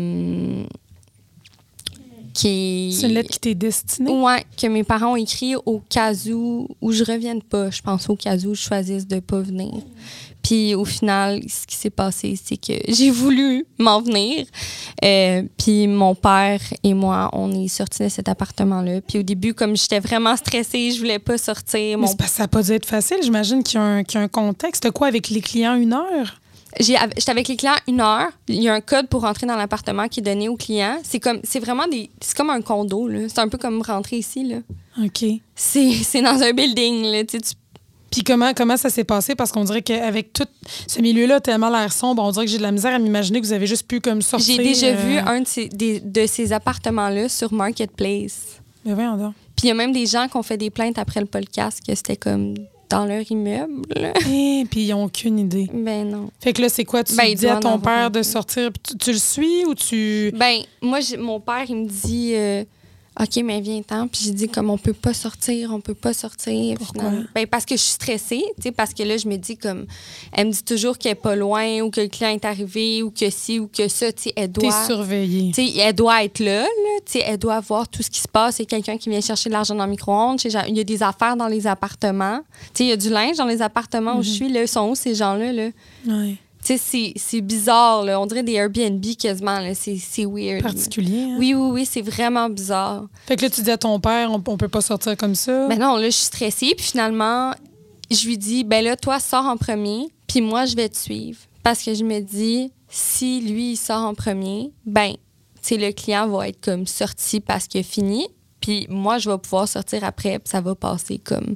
C'est une lettre qui t'est destinée? Ouais, que mes parents ont écrit au cas où je revienne pas. Je pense au cas où je choisisse de pas venir. Puis au final, ce qui s'est passé, c'est que j'ai voulu m'en venir. Puis mon père et moi, on est sortis de cet appartement-là. Puis au début, comme j'étais vraiment stressée, je voulais pas sortir. Mais c'est parce que ça n'a pas dû être facile. J'imagine qu'il y a un contexte. T'as quoi avec les clients 1 heure? J'étais avec les clients 1 heure. Il y a un code pour rentrer dans l'appartement qui est donné aux clients. C'est comme un condo, là. C'est un peu comme rentrer ici, là. OK. C'est dans un building, là. Puis comment ça s'est passé? Parce qu'on dirait qu'avec tout ce milieu-là tellement l'air sombre, on dirait que j'ai de la misère à m'imaginer que vous avez juste pu comme sortir. J'ai déjà vu un de ces appartements-là sur Marketplace. Mais voyons donc. Puis il y a même des gens qui ont fait des plaintes après le podcast que c'était comme dans leur immeuble. Puis ils n'ont aucune idée. Ben non. Fait que là, c'est quoi? Tu dis à ton père de sortir, tu le suis ou tu... Ben moi, mon père, il me dit... OK, mais viens-t'en. Puis j'ai dit, comme, on peut pas sortir. Pourquoi? Ben, parce que je suis stressée, tu sais, parce que là, je me dis, comme, elle me dit toujours qu'elle est pas loin ou que le client est arrivé ou que ci ou que ça, tu sais, elle doit... T'es surveillée. Tu sais, elle doit être là, tu sais, elle doit voir tout ce qui se passe. Il y a quelqu'un qui vient chercher de l'argent dans le micro-ondes. Il y a des affaires dans les appartements. Tu sais, il y a du linge dans les appartements où je suis, là. Ils sont où, ces gens-là, là? Oui. Tu sais, c'est bizarre, là. On dirait des Airbnb quasiment, là. C'est weird. Particulier, hein? Oui, c'est vraiment bizarre. Fait que là, tu dis à ton père, on peut pas sortir comme ça. Ben non, là, je suis stressée. Puis finalement, je lui dis, ben là, toi, sors en premier, puis moi, je vais te suivre. Parce que je me dis, si lui, il sort en premier, ben, tu sais, le client va être comme sorti parce qu'il a fini. Puis moi, je vais pouvoir sortir après, puis ça va passer comme...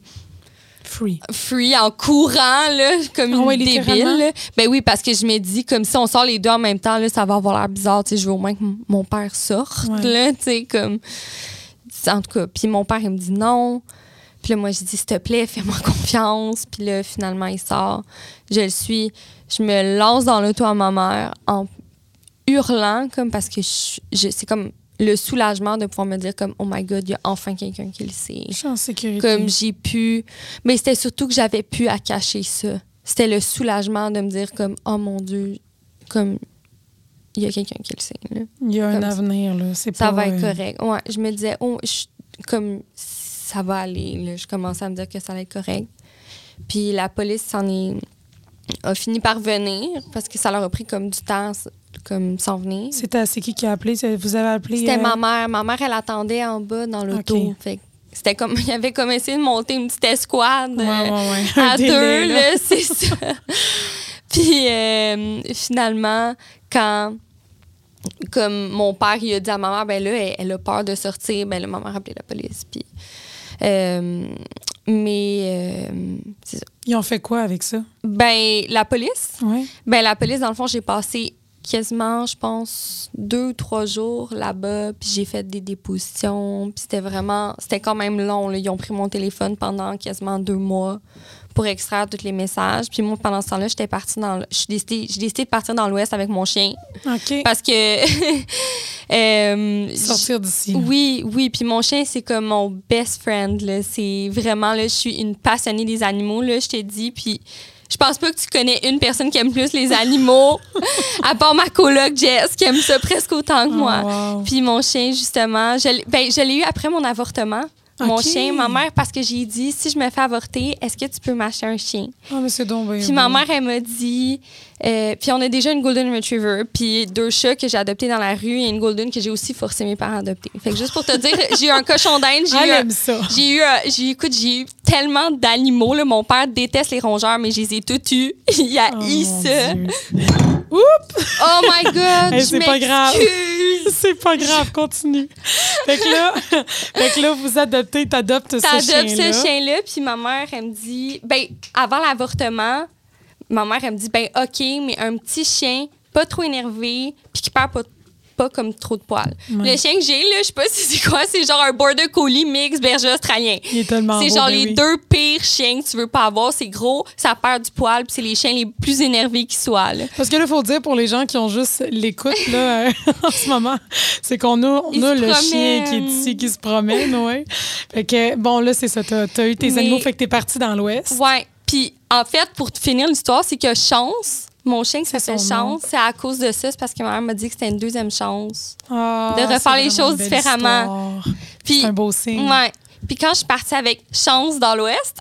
Free en courant, là, comme une débile. Là. Ben oui, parce que je me dis, comme si on sort les deux en même temps, là, ça va avoir l'air bizarre. Je veux au moins que mon père sorte. Là, comme... En tout cas, puis mon père, il me dit non. Puis là, moi, je dis, s'il te plaît, fais-moi confiance. Puis là, finalement, il sort. Je le suis. Je me lance dans l'auto à ma mère en hurlant, comme parce que c'est comme le soulagement de pouvoir me dire comme oh my God, il y a enfin quelqu'un qui le sait. Je suis en sécurité. Comme j'ai pu, mais c'était surtout que j'avais pu à cacher ça. C'était le soulagement de me dire comme oh mon Dieu, comme il y a quelqu'un qui le sait. Là. Il y a comme un avenir là, c'est ça pas va être correct. Ouais, je me disais comme ça va aller. Là. Je commençais à me dire que ça allait être correct. Puis la police a fini par venir parce que ça leur a pris comme du temps comme s'en venir. C'est qui a appelé? Vous avez appelé? C'était ma mère. Ma mère, elle attendait en bas dans l'auto. Okay. Fait que c'était comme, il avait comme essayé de monter une petite escouade Ouais. à délai, deux, là, c'est ça. Puis finalement, quand comme mon père, il a dit à ma mère, ben là, elle a peur de sortir, ben là, ma mère a appelé la police. Puis, c'est ça. Ils ont fait quoi avec ça? Ben, la police? Ouais. Ben, la police, dans le fond, j'ai passé quasiment, je pense, 2 ou 3 jours là-bas, puis j'ai fait des dépositions, puis c'était quand même long, là. Ils ont pris mon téléphone pendant quasiment 2 mois pour extraire tous les messages. Puis moi, pendant ce temps-là, j'ai décidé de partir dans l'Ouest avec mon chien. OK. Parce que... sortir d'ici. Oui. Puis mon chien, c'est comme mon best friend, là. C'est vraiment, là, je suis une passionnée des animaux, là, je t'ai dit. Puis je pense pas que tu connais une personne qui aime plus les animaux, à part ma coloc Jess, qui aime ça presque autant que moi. Wow. Puis mon chien, justement, je l'ai eu après mon avortement. Mon chien, ma mère, parce que j'ai dit, si je me fais avorter, est-ce que tu peux m'acheter un chien? Ah, mais c'est donc bien. Puis ma mère, elle m'a dit... puis on a déjà une Golden Retriever, puis 2 chats que j'ai adoptés dans la rue et une Golden que j'ai aussi forcé mes parents à adopter. Fait que juste pour te dire, j'ai eu un cochon d'Inde. J'ai eu tellement d'animaux. Là. Mon père déteste les rongeurs, mais je les ai tous eus. Il haït ça. Oups! Oh my God! Hey, c'est pas grave. C'est pas grave, continue. Fait que là, vous t'adoptes ce chien-là. T'adoptes ce chien-là, puis ma mère, elle me dit... Ben, avant l'avortement, ma mère, elle me dit, ben OK, mais un petit chien, pas trop énervé, puis qui perd pas comme trop de poils. Ouais. Le chien que j'ai, là, je sais pas si c'est quoi, c'est genre un border collie mix berger australien. Il est tellement beau, c'est genre ben les 2 pires chiens que tu veux pas avoir. C'est gros, ça perd du poil, puis c'est les chiens les plus énervés qui soient. Là. Parce que là, il faut dire pour les gens qui ont juste l'écoute là, en ce moment, c'est qu'on a le chien qui est ici, qui se promène, ouais. Fait que, bon, là, c'est ça, t'as eu tes animaux, fait que t'es parti dans l'Ouest. Ouais, puis en fait, pour finir l'histoire, c'est que Chance, mon chien qui s'appelle Chance, c'est à cause de ça, c'est parce que ma mère m'a dit que c'était une 2e chance de refaire les choses différemment. Puis, c'est un beau signe. Ouais. Puis quand je suis partie avec Chance dans l'Ouest,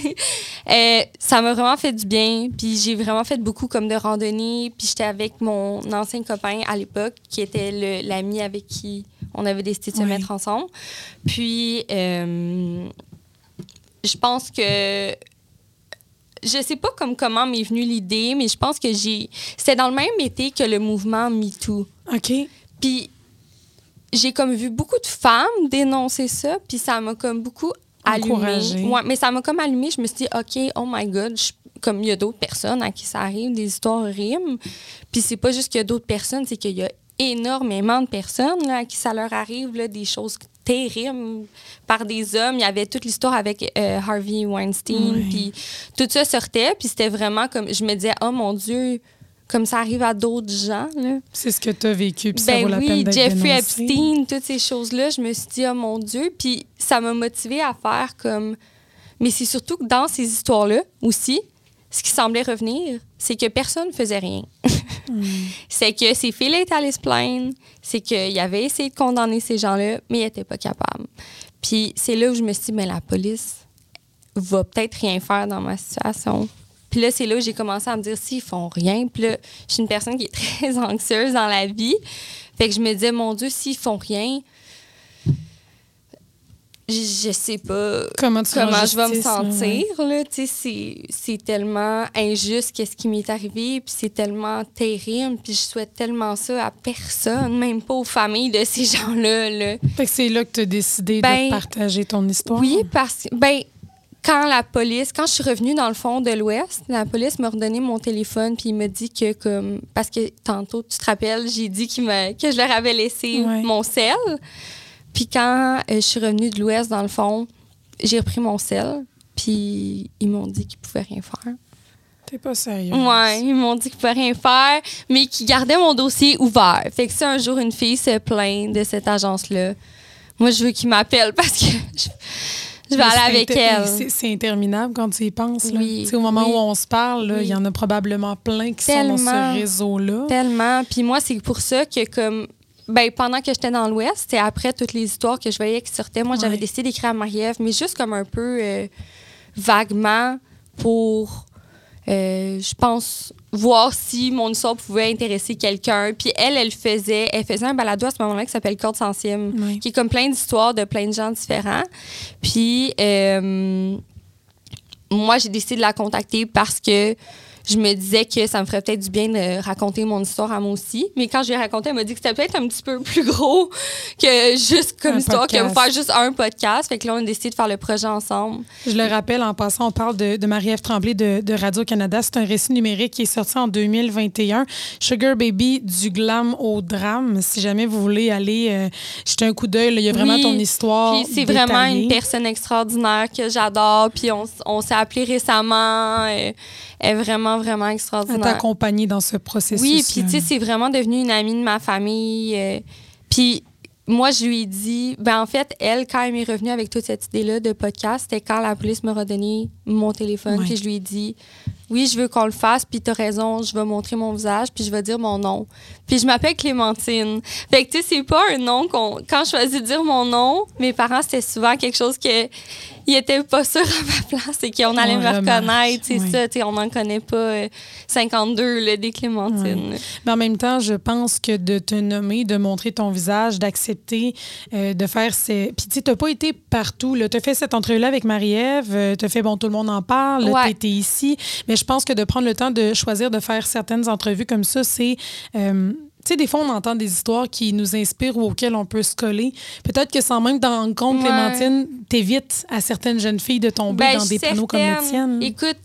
ça m'a vraiment fait du bien. Puis j'ai vraiment fait beaucoup comme de randonnées. Puis j'étais avec mon ancien copain à l'époque, qui était l'ami avec qui on avait décidé de se mettre ensemble. Puis je pense que... Je sais pas comment m'est venue l'idée, mais je pense que c'était dans le même été que le mouvement MeToo. OK. Puis j'ai comme vu beaucoup de femmes dénoncer ça, puis ça m'a comme beaucoup allumée. Ouais, mais ça m'a comme allumée. Je me suis dit, OK, oh my God, comme il y a d'autres personnes à qui ça arrive, des histoires horribles. Puis c'est pas juste qu'il y a d'autres personnes, c'est qu'il y a énormément de personnes là, à qui ça leur arrive, là, des choses terribles par des hommes. Il y avait toute l'histoire avec Harvey Weinstein, puis tout ça sortait, puis c'était vraiment comme... Je me disais, oh mon Dieu, comme ça arrive à d'autres gens. Là. C'est ce que tu as vécu, puis ça vaut la peine d'être Jeffrey dénoncé. Epstein, toutes ces choses-là, je me suis dit, oh mon Dieu, puis ça m'a motivée à faire comme... Mais c'est surtout que dans ces histoires-là aussi, ce qui semblait revenir, c'est que personne ne faisait rien. C'est que ces filles étaient allées se plaindre, c'est qu'ils avaient essayé de condamner ces gens-là, mais ils n'étaient pas capables. Puis c'est là où je me suis dit, mais la police va peut-être rien faire dans ma situation. Puis là, c'est là où j'ai commencé à me dire, s'ils font rien, puis là, je suis une personne qui est très anxieuse dans la vie. Fait que je me disais, mon Dieu, s'ils font rien, je sais pas comment je vais me sentir. Là. C'est tellement injuste qu'est-ce qui m'est arrivé, puis c'est tellement terrible, puis je souhaite tellement ça à personne, même pas aux familles de ces gens-là. Là. Fait que c'est là que tu as décidé de partager ton histoire? Oui, parce que quand je suis revenue dans le fond de l'Ouest, la police m'a redonné mon téléphone, puis il m'a dit que, comme, parce que tantôt, tu te rappelles, j'ai dit que je leur avais laissé mon sel. Puis quand je suis revenue de l'Ouest, dans le fond, j'ai repris mon sel, puis ils m'ont dit qu'ils pouvaient rien faire. T'es pas sérieux. Ouais, ils m'ont dit qu'ils pouvaient rien faire, mais qu'ils gardaient mon dossier ouvert. Fait que si un jour une fille se plaint de cette agence-là, moi, je veux qu'ils m'appellent parce que je vais aller avec elle. C'est interminable quand tu y penses. Là. Oui. Au moment oui. où on se parle, il y en a probablement plein qui sont dans ce réseau-là. Tellement. Puis moi, c'est pour ça que comme... Ben, pendant que j'étais dans l'Ouest, c'était après toutes les histoires que je voyais qui sortaient. Moi, j'avais décidé d'écrire à Marie-Ève, mais juste comme un peu vaguement pour... je pense voir si mon histoire pouvait intéresser quelqu'un. Puis elle faisait un balado à ce moment-là qui s'appelle Corde sensible, qui est comme plein d'histoires de plein de gens différents. Puis moi, j'ai décidé de la contacter parce que je me disais que ça me ferait peut-être du bien de raconter mon histoire à moi aussi. Mais quand je lui ai raconté, elle m'a dit que c'était peut-être un petit peu plus gros que juste comme histoire, que faire juste un podcast. Fait que là, on a décidé de faire le projet ensemble. Je le rappelle, en passant, on parle de Marie-Ève Tremblay de Radio-Canada. C'est un récit numérique qui est sorti en 2021. Sugar Baby, du glam au drame. Si jamais vous voulez aller jeter un coup d'œil, il y a vraiment ton histoire Puis c'est détaillée. vraiment une personne extraordinaire que j'adore. Puis on s'est appelé récemment. Elle est vraiment, vraiment extraordinaire. Elle t'a accompagnée dans ce processus. Oui, puis tu sais, c'est vraiment devenu une amie de ma famille. Puis moi, je lui ai dit... Ben en fait, elle, quand elle m'est revenue avec toute cette idée-là de podcast, c'était quand la police m'a redonné mon téléphone. Puis je lui ai dit... Oui, je veux qu'on le fasse, puis t'as raison, je vais montrer mon visage, puis je vais dire mon nom. Puis je m'appelle Clémentine. Fait que, tu sais, c'est pas un nom quand je choisis de dire mon nom, mes parents, c'était souvent quelque chose que ils étaient pas sûrs à ma place et qu'on allait me reconnaître, c'est ça, tu sais, on n'en connaît pas 52, là, des Clémentines. Oui. Mais en même temps, je pense que de te nommer, de montrer ton visage, d'accepter, de faire ces... Puis, tu sais, t'as pas été partout, là. T'as fait cette entrevue-là avec Marie-Ève, t'as fait, bon, tout le monde en parle, t'étais ici, mais je pense que de prendre le temps de choisir de faire certaines entrevues comme ça, c'est... Tu sais, des fois, on entend des histoires qui nous inspirent ou auxquelles on peut se coller. Peut-être que sans même t'en rendre compte, Clémentine, t'évites à certaines jeunes filles de tomber dans des panneaux comme le tien. Écoute,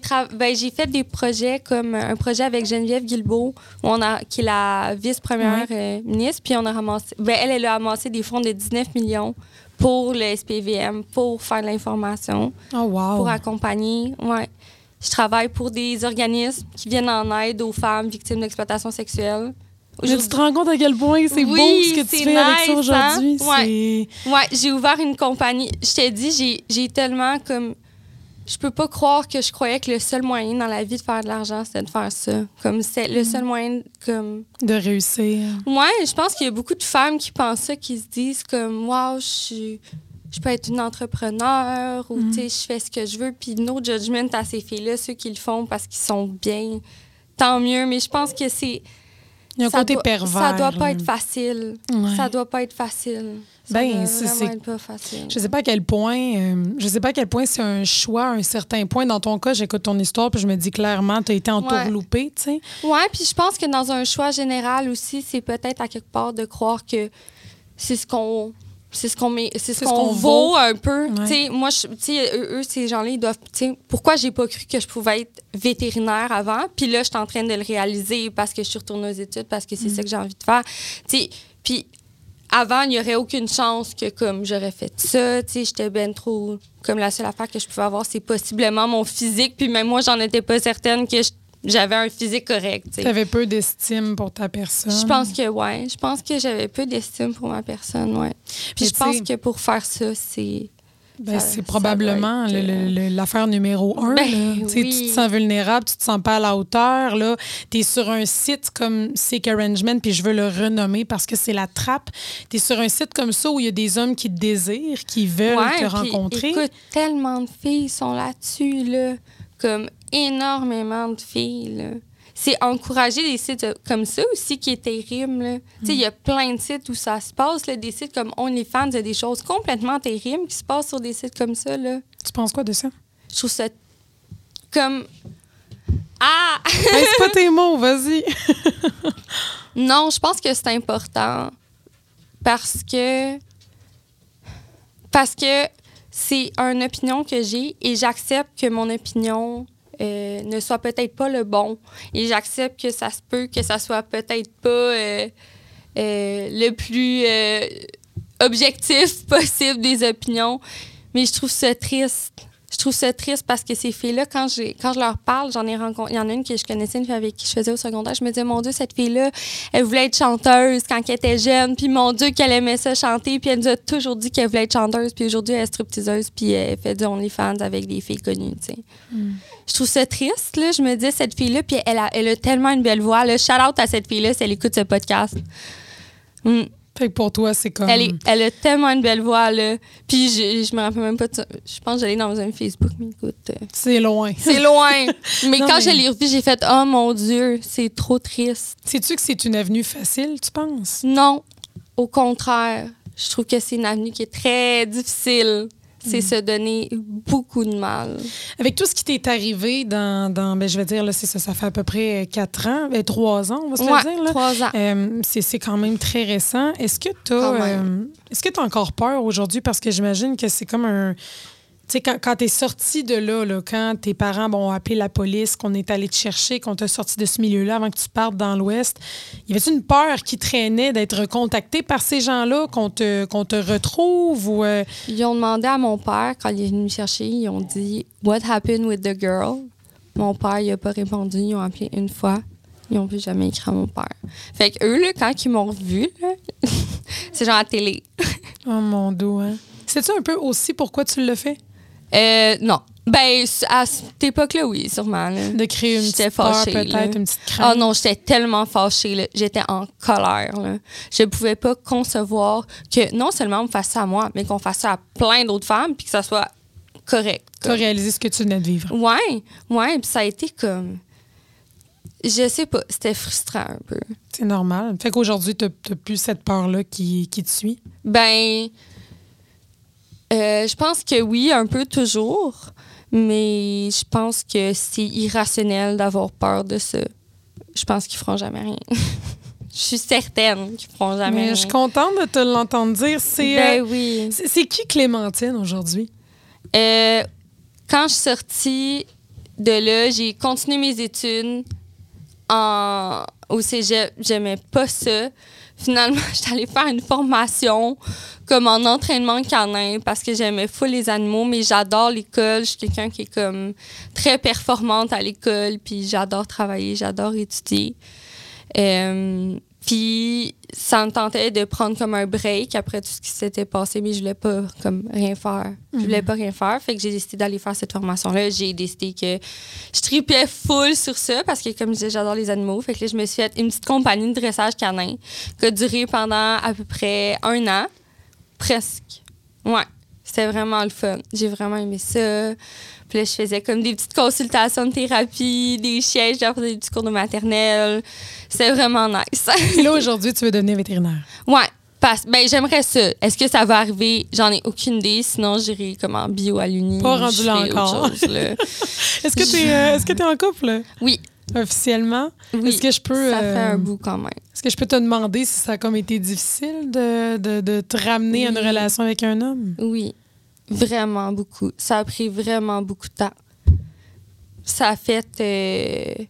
j'ai fait des projets comme un projet avec Geneviève Guilbeault, qui est la vice-première ministre, puis on a ramassé... Elle a amassé des fonds de 19 millions pour le SPVM, pour faire de l'information, pour accompagner... Je travaille pour des organismes qui viennent en aide aux femmes victimes d'exploitation sexuelle. Mais tu te rends compte à quel point c'est beau ce que tu fais avec ça aujourd'hui. Hein? J'ai ouvert une compagnie. Je t'ai dit, j'ai tellement comme... Je peux pas croire que je croyais que le seul moyen dans la vie de faire de l'argent, c'était de faire ça. Comme c'est le seul moyen comme... De réussir. Ouais, je pense qu'il y a beaucoup de femmes qui pensent ça, qui se disent comme « Wow, je peux être une entrepreneur » ou tu sais, je fais ce que je veux. Puis no judgment à ces filles-là, ceux qui le font parce qu'ils sont bien, tant mieux. Mais je pense que c'est... Il y a un côté pervers. Ça doit pas être facile. Ça doit pas être facile. Être pas facile. Je sais pas à quel point c'est un choix à un certain point. Dans ton cas, j'écoute ton histoire puis je me dis clairement, tu as été entourloupée, tu sais. Ouais, puis je pense que dans un choix général aussi, c'est peut-être à quelque part de croire que c'est ce qu'on vaut un peu. Ouais. Moi, eux, ces gens-là, ils doivent... Pourquoi j'ai pas cru que je pouvais être vétérinaire avant? Puis là, je suis en train de le réaliser parce que je suis retournée aux études, parce que c'est ça que j'ai envie de faire. Puis avant, il n'y aurait aucune chance que comme j'aurais fait ça. J'étais bien trop... Comme la seule affaire que je pouvais avoir, c'est possiblement mon physique. Puis même moi, j'en étais pas certaine que j'avais un physique correct. Tu avais peu d'estime pour ta personne. Je pense que oui. Je pense que j'avais peu d'estime pour ma personne, oui. Puis je pense que pour faire ça, c'est... c'est probablement l'affaire numéro 1. Tu te sens vulnérable, tu te sens pas à la hauteur. Tu es sur un site comme Seek Arrangement, puis je veux le renommer parce que c'est la trappe. Tu es sur un site comme ça où il y a des hommes qui te désirent, qui veulent te rencontrer. Écoute, tellement de filles sont là-dessus, là. Comme énormément de filles, là. C'est encourager des sites comme ça aussi qui est terrible, là. Il y a plein de sites où ça se passe, là, des sites comme OnlyFans, il y a des choses complètement terribles qui se passent sur des sites comme ça, là. Tu penses quoi de ça? Je trouve ça comme... Ah! C'est pas tes mots, vas-y! Non, je pense que c'est important parce que c'est une opinion que j'ai et j'accepte que mon opinion ne soit peut-être pas le bon. Et j'accepte que ça se peut que ça soit peut-être pas le plus objectif possible des opinions. Mais je trouve ça triste Je trouve ça triste parce que ces filles-là, quand je leur parle, j'en ai rencontré. Il y en a une que je connaissais, une fille avec qui je faisais au secondaire. Je me disais, mon Dieu, cette fille-là, elle voulait être chanteuse quand elle était jeune. Puis mon Dieu, qu'elle aimait ça chanter. Puis elle nous a toujours dit qu'elle voulait être chanteuse. Puis aujourd'hui, elle est stripteaseuse. Puis elle fait du OnlyFans avec des filles connues, tu sais. Je trouve ça triste, là. Je me disais, cette fille-là, puis elle a tellement une belle voix. Là. Shout-out à cette fille-là si elle écoute ce podcast. Fait que pour toi, c'est comme... Elle a tellement une belle voix, là. Puis je me rappelle même pas de ça. Je pense que j'allais dans un Facebook, mais écoute... C'est loin. C'est loin. Mais quand je l'ai revu, j'ai fait « Oh mon Dieu, c'est trop triste. » Sais-tu que c'est une avenue facile, tu penses? Non. Au contraire. Je trouve que c'est une avenue qui est très difficile. C'est se donner beaucoup de mal. Avec tout ce qui t'est arrivé dans ben, je vais dire, là, c'est ça fait à peu près 4 ans, 3 ans, on va se le dire. Là. 3 ans. C'est quand même très récent. Est-ce que tu as encore peur aujourd'hui? Parce que j'imagine que c'est comme un... Tu sais, quand t'es sorti de là, quand tes parents ont appelé la police, qu'on est allé te chercher, qu'on t'a sorti de ce milieu-là avant que tu partes dans l'Ouest, y avait-tu une peur qui traînait d'être contacté par ces gens-là, qu'on te retrouve? Ou Ils ont demandé à mon père, quand il est venu me chercher, ils ont dit « What happened with the girl? » Mon père, il a pas répondu. Ils ont appelé une fois. Ils n'ont plus jamais écrit à mon père. Fait qu'eux, là, quand ils m'ont revu, c'est genre à la télé. Oh mon Dieu, hein? Sais-tu un peu aussi pourquoi tu l'as fait? Non. Ben, à cette époque-là, oui, sûrement. Là. De créer une petite peur, peut-être, une petite crainte. Ah non, j'étais tellement fâchée. Là. J'étais en colère. Là. Je ne pouvais pas concevoir que non seulement on me fasse ça à moi, mais qu'on fasse ça à plein d'autres femmes puis que ça soit correct. Tu as réalisé ce que tu venais de vivre. Ouais. Puis ça a été comme... Je sais pas, c'était frustrant un peu. C'est normal. Fait qu'aujourd'hui, tu n'as plus cette peur-là qui te suit? Ben... je pense que oui, un peu toujours, mais je pense que c'est irrationnel d'avoir peur de ça. Je pense qu'ils feront jamais rien. Je suis certaine qu'ils feront jamais rien. Je suis contente de te l'entendre dire. Ben oui. C'est qui Clémentine aujourd'hui? Quand je suis sortie de là, j'ai continué mes études au cégep. J'aimais pas ça. Finalement, j'étais allée faire une formation comme en entraînement canin parce que j'aimais full les animaux, mais j'adore l'école. Je suis quelqu'un qui est comme très performante à l'école, puis j'adore travailler, j'adore étudier. Puis ça me tentait de prendre comme un break après tout ce qui s'était passé, mais je voulais pas comme rien faire. Je voulais pas rien faire, fait que j'ai décidé d'aller faire cette formation-là. J'ai décidé que je tripais full sur ça parce que, comme je disais, j'adore les animaux. Fait que là, je me suis fait une petite compagnie de dressage canin qui a duré pendant à peu près 1 an. Presque. Ouais. C'était vraiment le fun. J'ai vraiment aimé ça. Puis là, je faisais comme des petites consultations de thérapie, des chiens, j'ai appris des petits cours de maternelle. C'était vraiment nice. Et là, aujourd'hui, tu veux devenir vétérinaire? Ouais. Ben, j'aimerais ça. Est-ce que ça va arriver? J'en ai aucune idée. Sinon, j'irai comme en bio à l'uni. Pas rendu là encore. Chose, là. Est-ce que t'es en couple? Oui. Officiellement? Oui. Est-ce que je peux... Ça fait un bout quand même. Est-ce que je peux te demander si ça a comme été difficile de te ramener à une relation avec un homme? Oui. Vraiment beaucoup. Ça a pris vraiment beaucoup de temps. Ça a fait...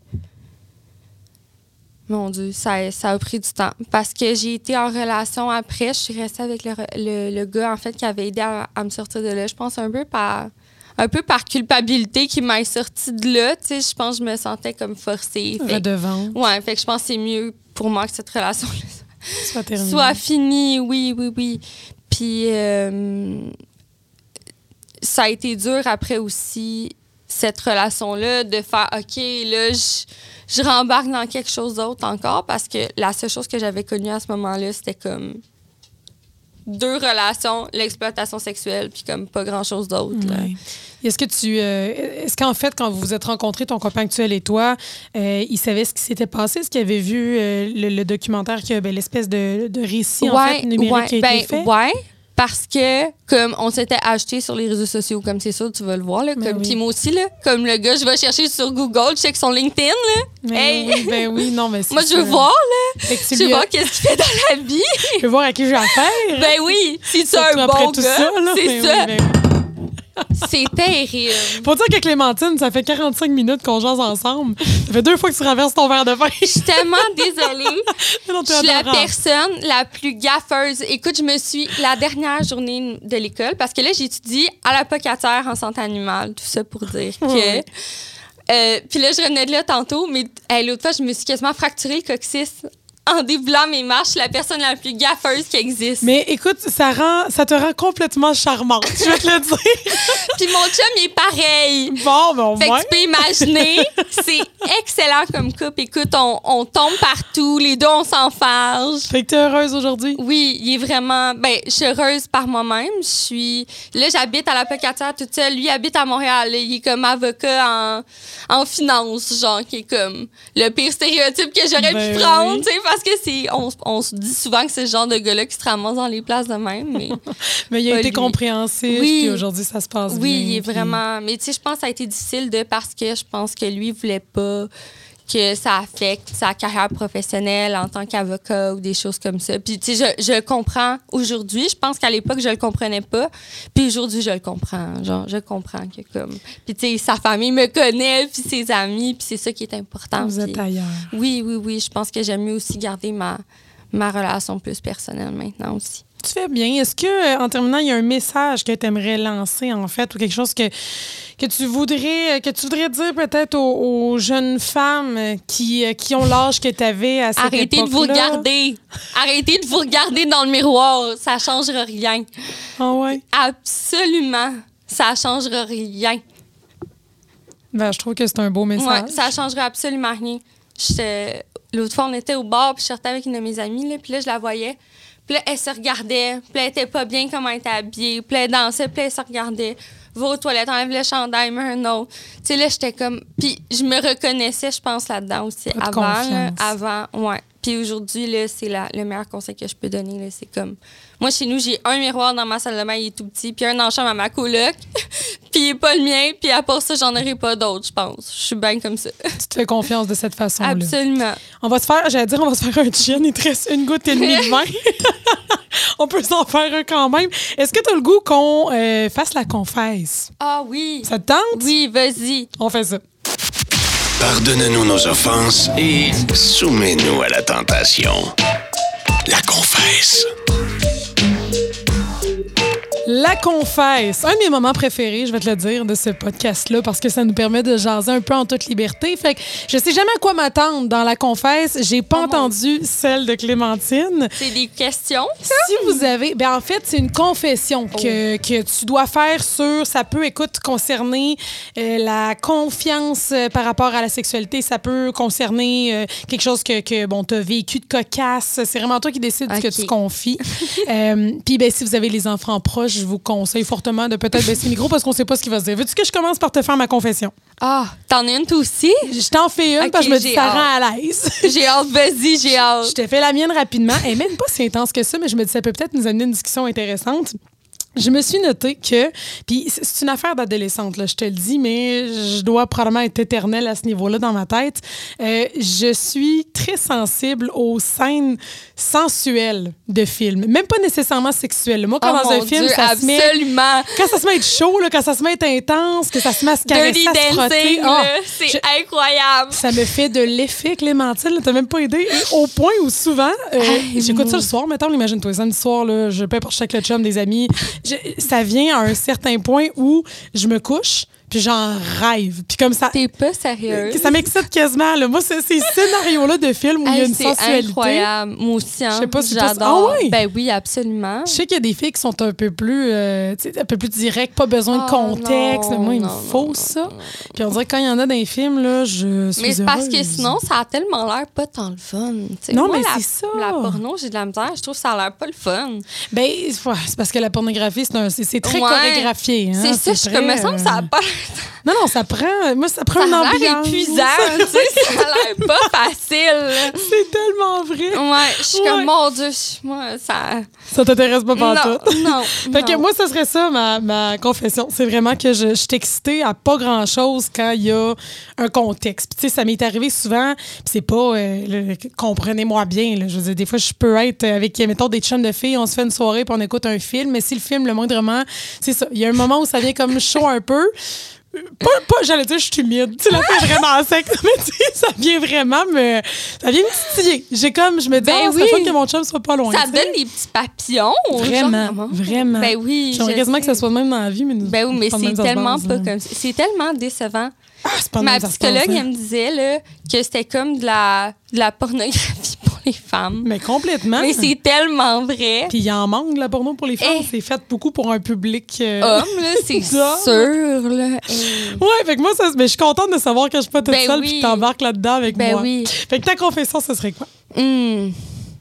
Mon Dieu, ça a pris du temps. Parce que j'ai été en relation après. Je suis restée avec le gars, en fait, qui avait aidé à me sortir de là. Je pense un peu par culpabilité qui m'a sortie de là. Tu sais, je pense que je me sentais comme forcée. Redevant. Ouais, fait que je pense que c'est mieux pour moi que cette relation-là soit soit finie. Oui. Puis... ça a été dur après aussi, cette relation-là, de faire « OK, là, je rembarque dans quelque chose d'autre encore » parce que la seule chose que j'avais connue à ce moment-là, c'était comme 2 relations, l'exploitation sexuelle, puis comme pas grand-chose d'autre. Ouais. Est-ce qu'en fait, quand vous vous êtes rencontrés, ton copain actuel et toi, il savait ce qui s'était passé? Est-ce qu'il avait vu le documentaire, l'espèce de récit en fait, numérique qui a été fait? Ouais. Parce que, comme on s'était acheté sur les réseaux sociaux, comme c'est sûr, tu vas le voir, là. Puis moi aussi, là, comme le gars, je vais chercher sur Google, je check son LinkedIn, là. Ben oui, non, mais c'est moi, je veux voir, là. Je veux voir qu'est-ce qu'il fait dans la vie. Je veux voir à qui j'ai affaire. Ben oui, si tu es un bon gars, c'est ça. C'est terrible. Faut dire que Clémentine, ça fait 45 minutes qu'on jase ensemble. Ça fait 2 fois que tu traverses ton verre de vin. Je suis tellement désolée. Non, Je suis la personne la plus gaffeuse. Écoute, je me suis la dernière journée de l'école, parce que là, j'étudie à la Pocatière en santé animale. Tout ça pour dire que... Puis là, je revenais de là tantôt, mais l'autre fois, je me suis quasiment fracturé le coccyx en déboulant mes marches. Je suis la personne la plus gaffeuse qui existe. Mais écoute, ça te rend complètement charmante, je vais te le dire. Puis mon chum, il est pareil. Bon, ben au Fait moins. que tu peux imaginer, c'est excellent comme couple. Écoute, on tombe partout, les deux, on s'enfarge. Fait que t'es heureuse aujourd'hui? Oui, il est vraiment... Ben, je suis heureuse par moi-même. Là, j'habite à la Pocatière toute seule. Lui, il habite à Montréal. Là, il est comme avocat en finance, genre, qui est comme le pire stéréotype que j'aurais pu prendre, tu sais, parce que on se dit souvent que c'est le genre de gars-là qui se ramasse dans les places de même, mais... Mais il a été compréhensif, oui. puis aujourd'hui, ça se passe bien. Oui, il est vraiment... Mais tu sais, je pense que ça a été difficile parce que je pense que lui, il voulait pas que ça affecte sa carrière professionnelle en tant qu'avocat ou des choses comme ça. Puis, tu sais, je comprends aujourd'hui. Je pense qu'à l'époque, je le comprenais pas. Puis aujourd'hui, je le comprends. Genre, je comprends que comme... Puis, tu sais, sa famille me connaît, puis ses amis, puis c'est ça qui est important. Vous êtes ailleurs. Oui. Je pense que j'aime mieux aussi garder ma relation plus personnelle maintenant aussi. Tu fais bien. Est-ce que, en terminant, il y a un message que tu aimerais lancer, en fait, ou quelque chose que tu voudrais dire peut-être aux jeunes femmes qui ont l'âge que tu avais à cette époque-là? Arrêtez de vous regarder. Arrêtez de vous regarder dans le miroir. Ça ne changera rien. Ah ouais? Absolument. Ça ne changera rien. Ben, je trouve que c'est un beau message. Ouais, ça ne changera absolument rien. L'autre fois, on était au bar, puis je sortais avec une de mes amies, là, puis là, je la voyais. Puis là, elle se regardait, puis elle était pas bien comment elle était habillée, puis elle dansait, puis elle se regardait. Va aux toilettes, enlève le chandail, mets un autre. Tu sais, là, j'étais comme... Puis je me reconnaissais, je pense, là-dedans aussi. Avant, ouais. Puis aujourd'hui, là, c'est le meilleur conseil que je peux donner, là, c'est comme... Moi, chez nous, j'ai un miroir dans ma salle de bain, il est tout petit, puis un dans la chambre à ma coloc, puis il n'est pas le mien, puis à part ça, j'en aurai pas d'autres, je pense. Je suis bien comme ça. Tu te fais confiance de cette façon-là. Absolument. On va se faire un gin, il te reste 1 goutte et demie de vin. On peut s'en faire un quand même. Est-ce que tu as le goût qu'on fasse la confesse? Ah oui. Ça te tente? Oui, vas-y. On fait ça. Pardonne-nous nos offenses et soumets-nous à la tentation. La confesse. La confesse, un de mes moments préférés, je vais te le dire, de ce podcast-là, parce que ça nous permet de jaser un peu en toute liberté. Fait que je sais jamais à quoi m'attendre dans la confesse. J'ai pas entendu celle de Clémentine. C'est des questions, ça? Si vous avez... Ben en fait, c'est une confession que tu dois faire sur... Ça peut, écoute, concerner la confiance par rapport à la sexualité. Ça peut concerner quelque chose que bon, t'as vécu de cocasse. C'est vraiment toi qui décides ce que tu confies. Puis, ben si vous avez les enfants proches, je vous conseille fortement de peut-être baisser le micro parce qu'on sait pas ce qu'il va se dire. Veux-tu que je commence par te faire ma confession? Ah, t'en as une toi aussi? Je t'en fais une parce que je me dis ça rend à l'aise. J'ai hâte, vas-y, j'ai hâte. Je te fais la mienne rapidement. Elle est même pas si intense que ça, mais je me dis ça peut peut-être nous amener une discussion intéressante. Je me suis noté que, puis c'est une affaire d'adolescente, là, je te le dis, mais je dois probablement être éternelle à ce niveau-là dans ma tête. Je suis très sensible aux scènes sensuelles de films, même pas nécessairement sexuelles. Moi, quand dans un film, ça se met... Quand ça se met à être chaud, là, quand ça se met à être intense, que ça se met à se caresser, Dirty à se frotter... c'est incroyable! Ça me fait de l'effet, Clémentine, là, t'as même pas aidé. Au point où souvent, j'écoute ça le soir, mettons, imagine-toi, samedi soir, là, je peux pas chaque le chum des amis... ça vient à un certain point où je me couche, puis j'en rêve. Puis comme ça... T'es pas sérieuse? Ça m'excite quasiment. Là. Moi, c'est ces scénarios-là de films où il y a une sensualité. C'est incroyable. Moi aussi, hein, je sais pas si j'adore. Ah oui? Ben oui, absolument. Je sais qu'il y a des filles qui sont un peu plus directes, pas besoin de contexte. Moi, il me faut ça. Puis on dirait que quand il y en a dans les films, là, je suis Mais c'est parce heureuse. que sinon, ça a tellement l'air pas tant le fun. T'sais, non, moi, mais c'est ça. La porno, j'ai de la misère. Je trouve que ça a l'air pas le fun. Ben, c'est parce que la pornographie, c'est très chorégraphié. Hein? C'est ça, je me semble que ça a pas Non, ça prend... Moi, ça prend une ambiance. Ça a l'air épuisant, tu sais. Ça a l'air pas facile. C'est tellement vrai. Ouais, je suis comme, mon Dieu, moi, ça... Ça t'intéresse pas pantoute? Non. Fait que moi, ça serait ça, ma confession. C'est vraiment que je suis excitée à pas grand-chose quand il y a un contexte. Puis, tu sais, ça m'est arrivé souvent, puis c'est pas... comprenez-moi bien, là. Je veux dire, des fois, je peux être avec, mettons, des chums de filles, on se fait une soirée puis on écoute un film, mais si le film, le moindrement... C'est ça. Il y a un moment où ça vient comme chaud un peu. Pas j'allais dire, je suis humide. Tu sais, la fille est vraiment sec. Mais tu sais, ça vient vraiment ça vient me titiller. Je me dis, ça fait que mon chum soit pas loin. Ça donne des petits papillons. Vraiment. Ben oui. J'aimerais quasiment que ça soit même dans la vie, mais ben oui, mais c'est tellement pas comme ça. C'est tellement décevant. C'est pas ma psychologue, elle me disait là, que c'était comme de la pornographie pour les femmes. Mais complètement. Mais c'est tellement vrai. Puis il y en manque de la porno pour les femmes. C'est fait beaucoup pour un public... homme, là, c'est sûr, là. Ouais, fait que moi, mais je suis contente de savoir que je suis pas toute seule puis que t'embarques là-dedans avec moi. Oui. Fait que ta confession, ce serait quoi? Je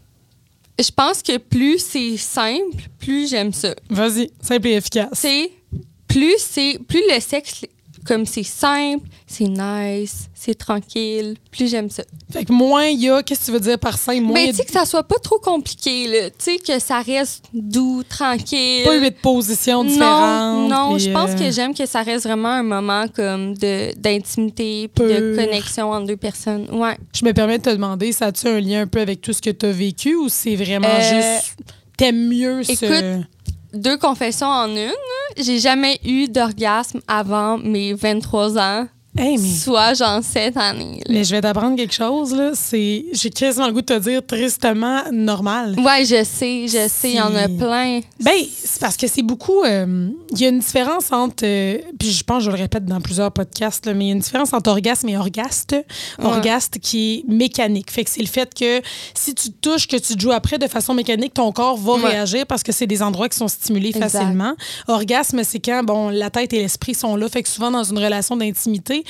pense que plus c'est simple, plus j'aime ça. Vas-y, simple et efficace. Plus le sexe... Comme c'est simple, c'est nice, c'est tranquille, plus j'aime ça. Fait que moins il y a, qu'est-ce que tu veux dire par simple? Mais tu sais que ça soit pas trop compliqué, là. Tu sais, que ça reste doux, tranquille. Pas 8 positions différentes. Non, je pense que j'aime que ça reste vraiment un moment comme d'intimité puis de connexion entre deux personnes. Ouais. Je me permets de te demander, ça a-tu un lien un peu avec tout ce que tu as vécu ou c'est vraiment juste... T'aimes mieux écoute, 2 confessions en une. J'ai jamais eu d'orgasme avant mes 23 ans. Soit genre 7 années. Là. Mais je vais t'apprendre quelque chose, là. J'ai quasiment le goût de te dire tristement normal. Ouais, je sais, il y en a plein. Ben, c'est parce que c'est beaucoup... Il y a une différence entre... puis je pense que je le répète dans plusieurs podcasts, là, mais il y a une différence entre orgasme et orgaste. Orgaste qui est mécanique. Fait que c'est le fait que si tu te touches, que tu te joues après de façon mécanique, ton corps va réagir parce que c'est des endroits qui sont stimulés facilement. Orgasme, c'est quand, la tête et l'esprit sont là. Fait que souvent, dans une relation d'intimité,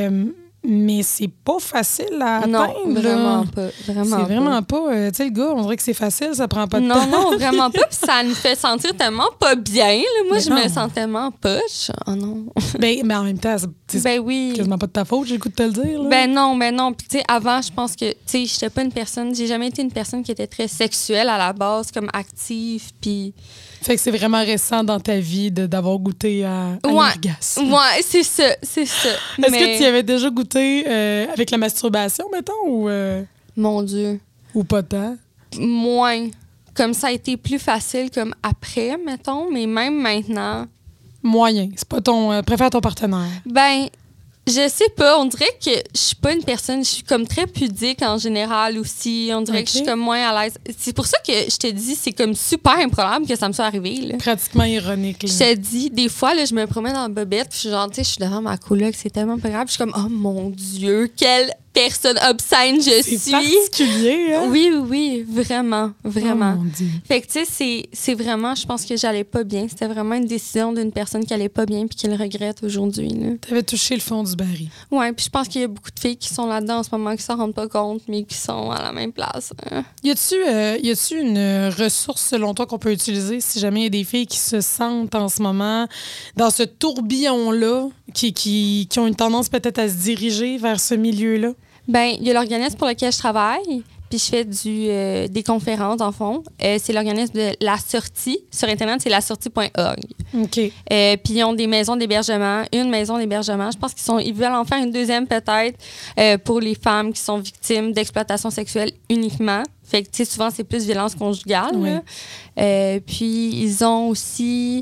mais c'est pas facile à atteindre. Non, vraiment pas. C'est vraiment pas. Tu sais, le gars, on dirait que c'est facile, ça prend pas de temps. Non, vraiment pas. Puis ça nous fait sentir tellement pas bien. Là. Moi, je me sens tellement poche. Oh non. Mais en même temps, c'est quasiment pas de ta faute, j'ai le goût de te le dire. Là. Ben non. Puis tu sais, avant, je pense que, tu sais, j'étais pas une personne... J'ai jamais été une personne qui était très sexuelle à la base, comme active, puis... Fait que c'est vraiment récent dans ta vie d'avoir goûté à l'orgasme. Ouais, c'est ça. Est-ce que tu y avais déjà goûté avec la masturbation, mettons, ou... Mon Dieu. Ou pas tant? Moins. Comme ça a été plus facile comme après, mettons, mais même maintenant... Moyen. C'est pas ton... préfère ton partenaire. Ben... Je sais pas, on dirait que je suis pas une personne, je suis comme très pudique en général aussi. On dirait que je suis comme moins à l'aise. C'est pour ça que je te dis, c'est comme super improbable que ça me soit arrivé. Là. Pratiquement ironique. Là. Je te dis, des fois, là, je me promène dans la bobette, puis genre, tu sais, je suis devant ma coloc, c'est tellement pas grave. Je suis comme, oh mon Dieu, quelle personne obscène je suis. C'est particulier, hein? Oui, vraiment. Oh mon Dieu. Fait que, tu sais, c'est vraiment, je pense que j'allais pas bien. C'était vraiment une décision d'une personne qui allait pas bien puis qui le regrette aujourd'hui. T'avais touché le fond du baril. Ouais, puis je pense qu'il y a beaucoup de filles qui sont là-dedans en ce moment qui s'en rendent pas compte, mais qui sont à la même place. Hein. Y a-tu une ressource, selon toi, qu'on peut utiliser si jamais il y a des filles qui se sentent en ce moment dans ce tourbillon-là, qui ont une tendance peut-être à se diriger vers ce milieu-là? Bien, il y a l'organisme pour lequel je travaille, puis je fais des conférences, en fond. C'est l'organisme de La Sortie. Sur Internet, c'est lasortie.org. OK. Puis ils ont des maisons d'hébergement, une maison d'hébergement. Je pense qu'ils veulent en faire une deuxième, peut-être, pour les femmes qui sont victimes d'exploitation sexuelle uniquement. Fait que, tu sais, souvent, c'est plus violence conjugale. Oui. Puis, ils ont aussi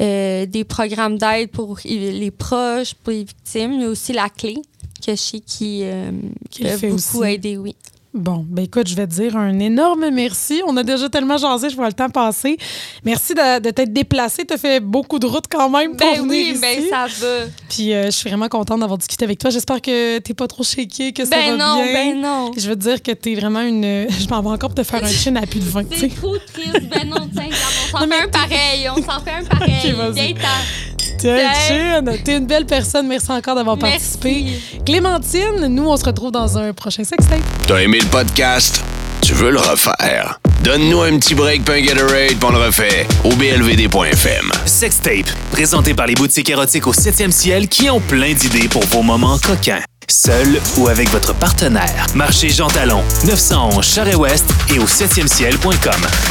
des programmes d'aide pour les proches, pour les victimes. Il y a aussi La Clé, que je sais qui peut beaucoup aider, oui. Bon, ben écoute, je vais te dire un énorme merci. On a déjà tellement jasé, je vois le temps passer. Merci de t'être déplacée. Tu as fait beaucoup de route quand même pour venir ici. Ben ça va. Puis je suis vraiment contente d'avoir discuté avec toi. J'espère que t'es pas trop shakée, que ça va bien. Ben non. Je veux te dire que t'es vraiment une... Je m'en vais encore te faire un chin à plus de 20. C'est trop triste. Ben non, tiens, on s'en fait un pareil. Okay, vas-y. Tiens, t'es une belle personne. Merci encore d'avoir participé. Clémentine, nous, on se retrouve dans un prochain sextape. T'as aimé le podcast? Tu veux le refaire? Donne-nous un petit break pis un Gatorade pis on le refait au blvd.fm. Sextape, présenté par les boutiques érotiques au 7e ciel qui ont plein d'idées pour vos moments coquins. Seul ou avec votre partenaire. Marché Jean Talon, 911 Charest-Ouest et au 7e ciel.com.